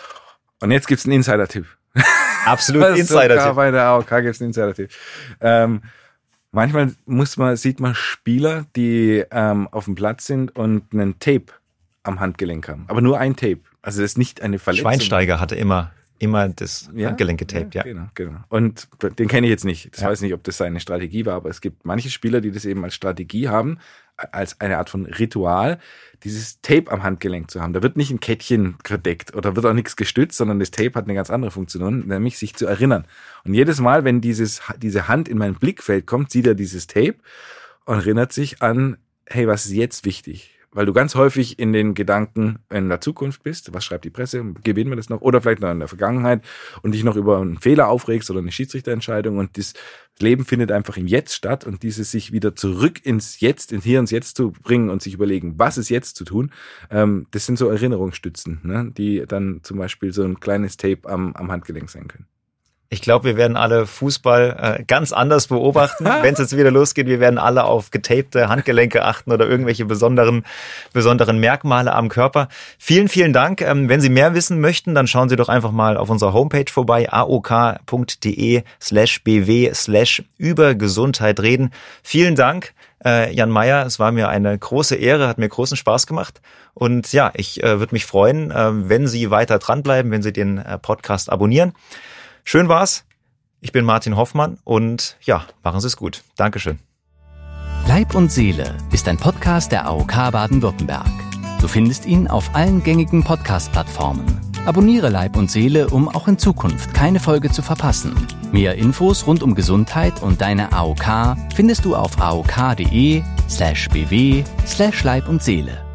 Und jetzt gibt's einen Insider-Tipp. Absolut Insider-Tipp. Bei der A O K gibt's einen Insider-Tipp. Ähm, manchmal muss man, sieht man Spieler, die ähm, auf dem Platz sind und einen Tape am Handgelenk haben. Aber nur ein Tape. Also das ist nicht eine Verletzung. Schweinsteiger hatte immer immer das ja, Handgelenk getaped, ja. ja. Genau, genau. Und den kenne ich jetzt nicht. Das ja. weiß nicht, ob das seine Strategie war, aber es gibt manche Spieler, die das eben als Strategie haben, als eine Art von Ritual, dieses Tape am Handgelenk zu haben. Da wird nicht ein Kettchen verdeckt oder wird auch nichts gestützt, sondern das Tape hat eine ganz andere Funktion, nämlich sich zu erinnern. Und jedes Mal, wenn dieses diese Hand in mein Blickfeld kommt, sieht er dieses Tape und erinnert sich an, hey, was ist jetzt wichtig? Weil du ganz häufig in den Gedanken in der Zukunft bist, was schreibt die Presse, gewinnen wir das noch, oder vielleicht noch in der Vergangenheit und dich noch über einen Fehler aufregst oder eine Schiedsrichterentscheidung und das Leben findet einfach im Jetzt statt und dieses sich wieder zurück ins Jetzt, ins Hier und Jetzt zu bringen und sich überlegen, was ist jetzt zu tun, ähm, das sind so Erinnerungsstützen, ne, die dann zum Beispiel so ein kleines Tape am, am Handgelenk sein können. Ich glaube, wir werden alle Fußball äh, ganz anders beobachten, wenn es jetzt wieder losgeht. Wir werden alle auf getapte Handgelenke achten oder irgendwelche besonderen besonderen Merkmale am Körper. Vielen, vielen Dank. Ähm, wenn Sie mehr wissen möchten, dann schauen Sie doch einfach mal auf unserer Homepage vorbei, aok.de slash bw slash über Gesundheit reden. Vielen Dank, äh, Jan Meyer. Es war mir eine große Ehre, hat mir großen Spaß gemacht. Und ja, ich äh, würde mich freuen, äh, wenn Sie weiter dranbleiben, wenn Sie den äh, Podcast abonnieren. Schön war's. Ich bin Martin Hoffmann und ja, machen Sie es gut. Dankeschön. Leib und Seele ist ein Podcast der A O K Baden-Württemberg. Du findest ihn auf allen gängigen Podcast-Plattformen. Abonniere Leib und Seele, um auch in Zukunft keine Folge zu verpassen. Mehr Infos rund um Gesundheit und deine A O K findest du auf aok.de slash bw slash Leib und Seele.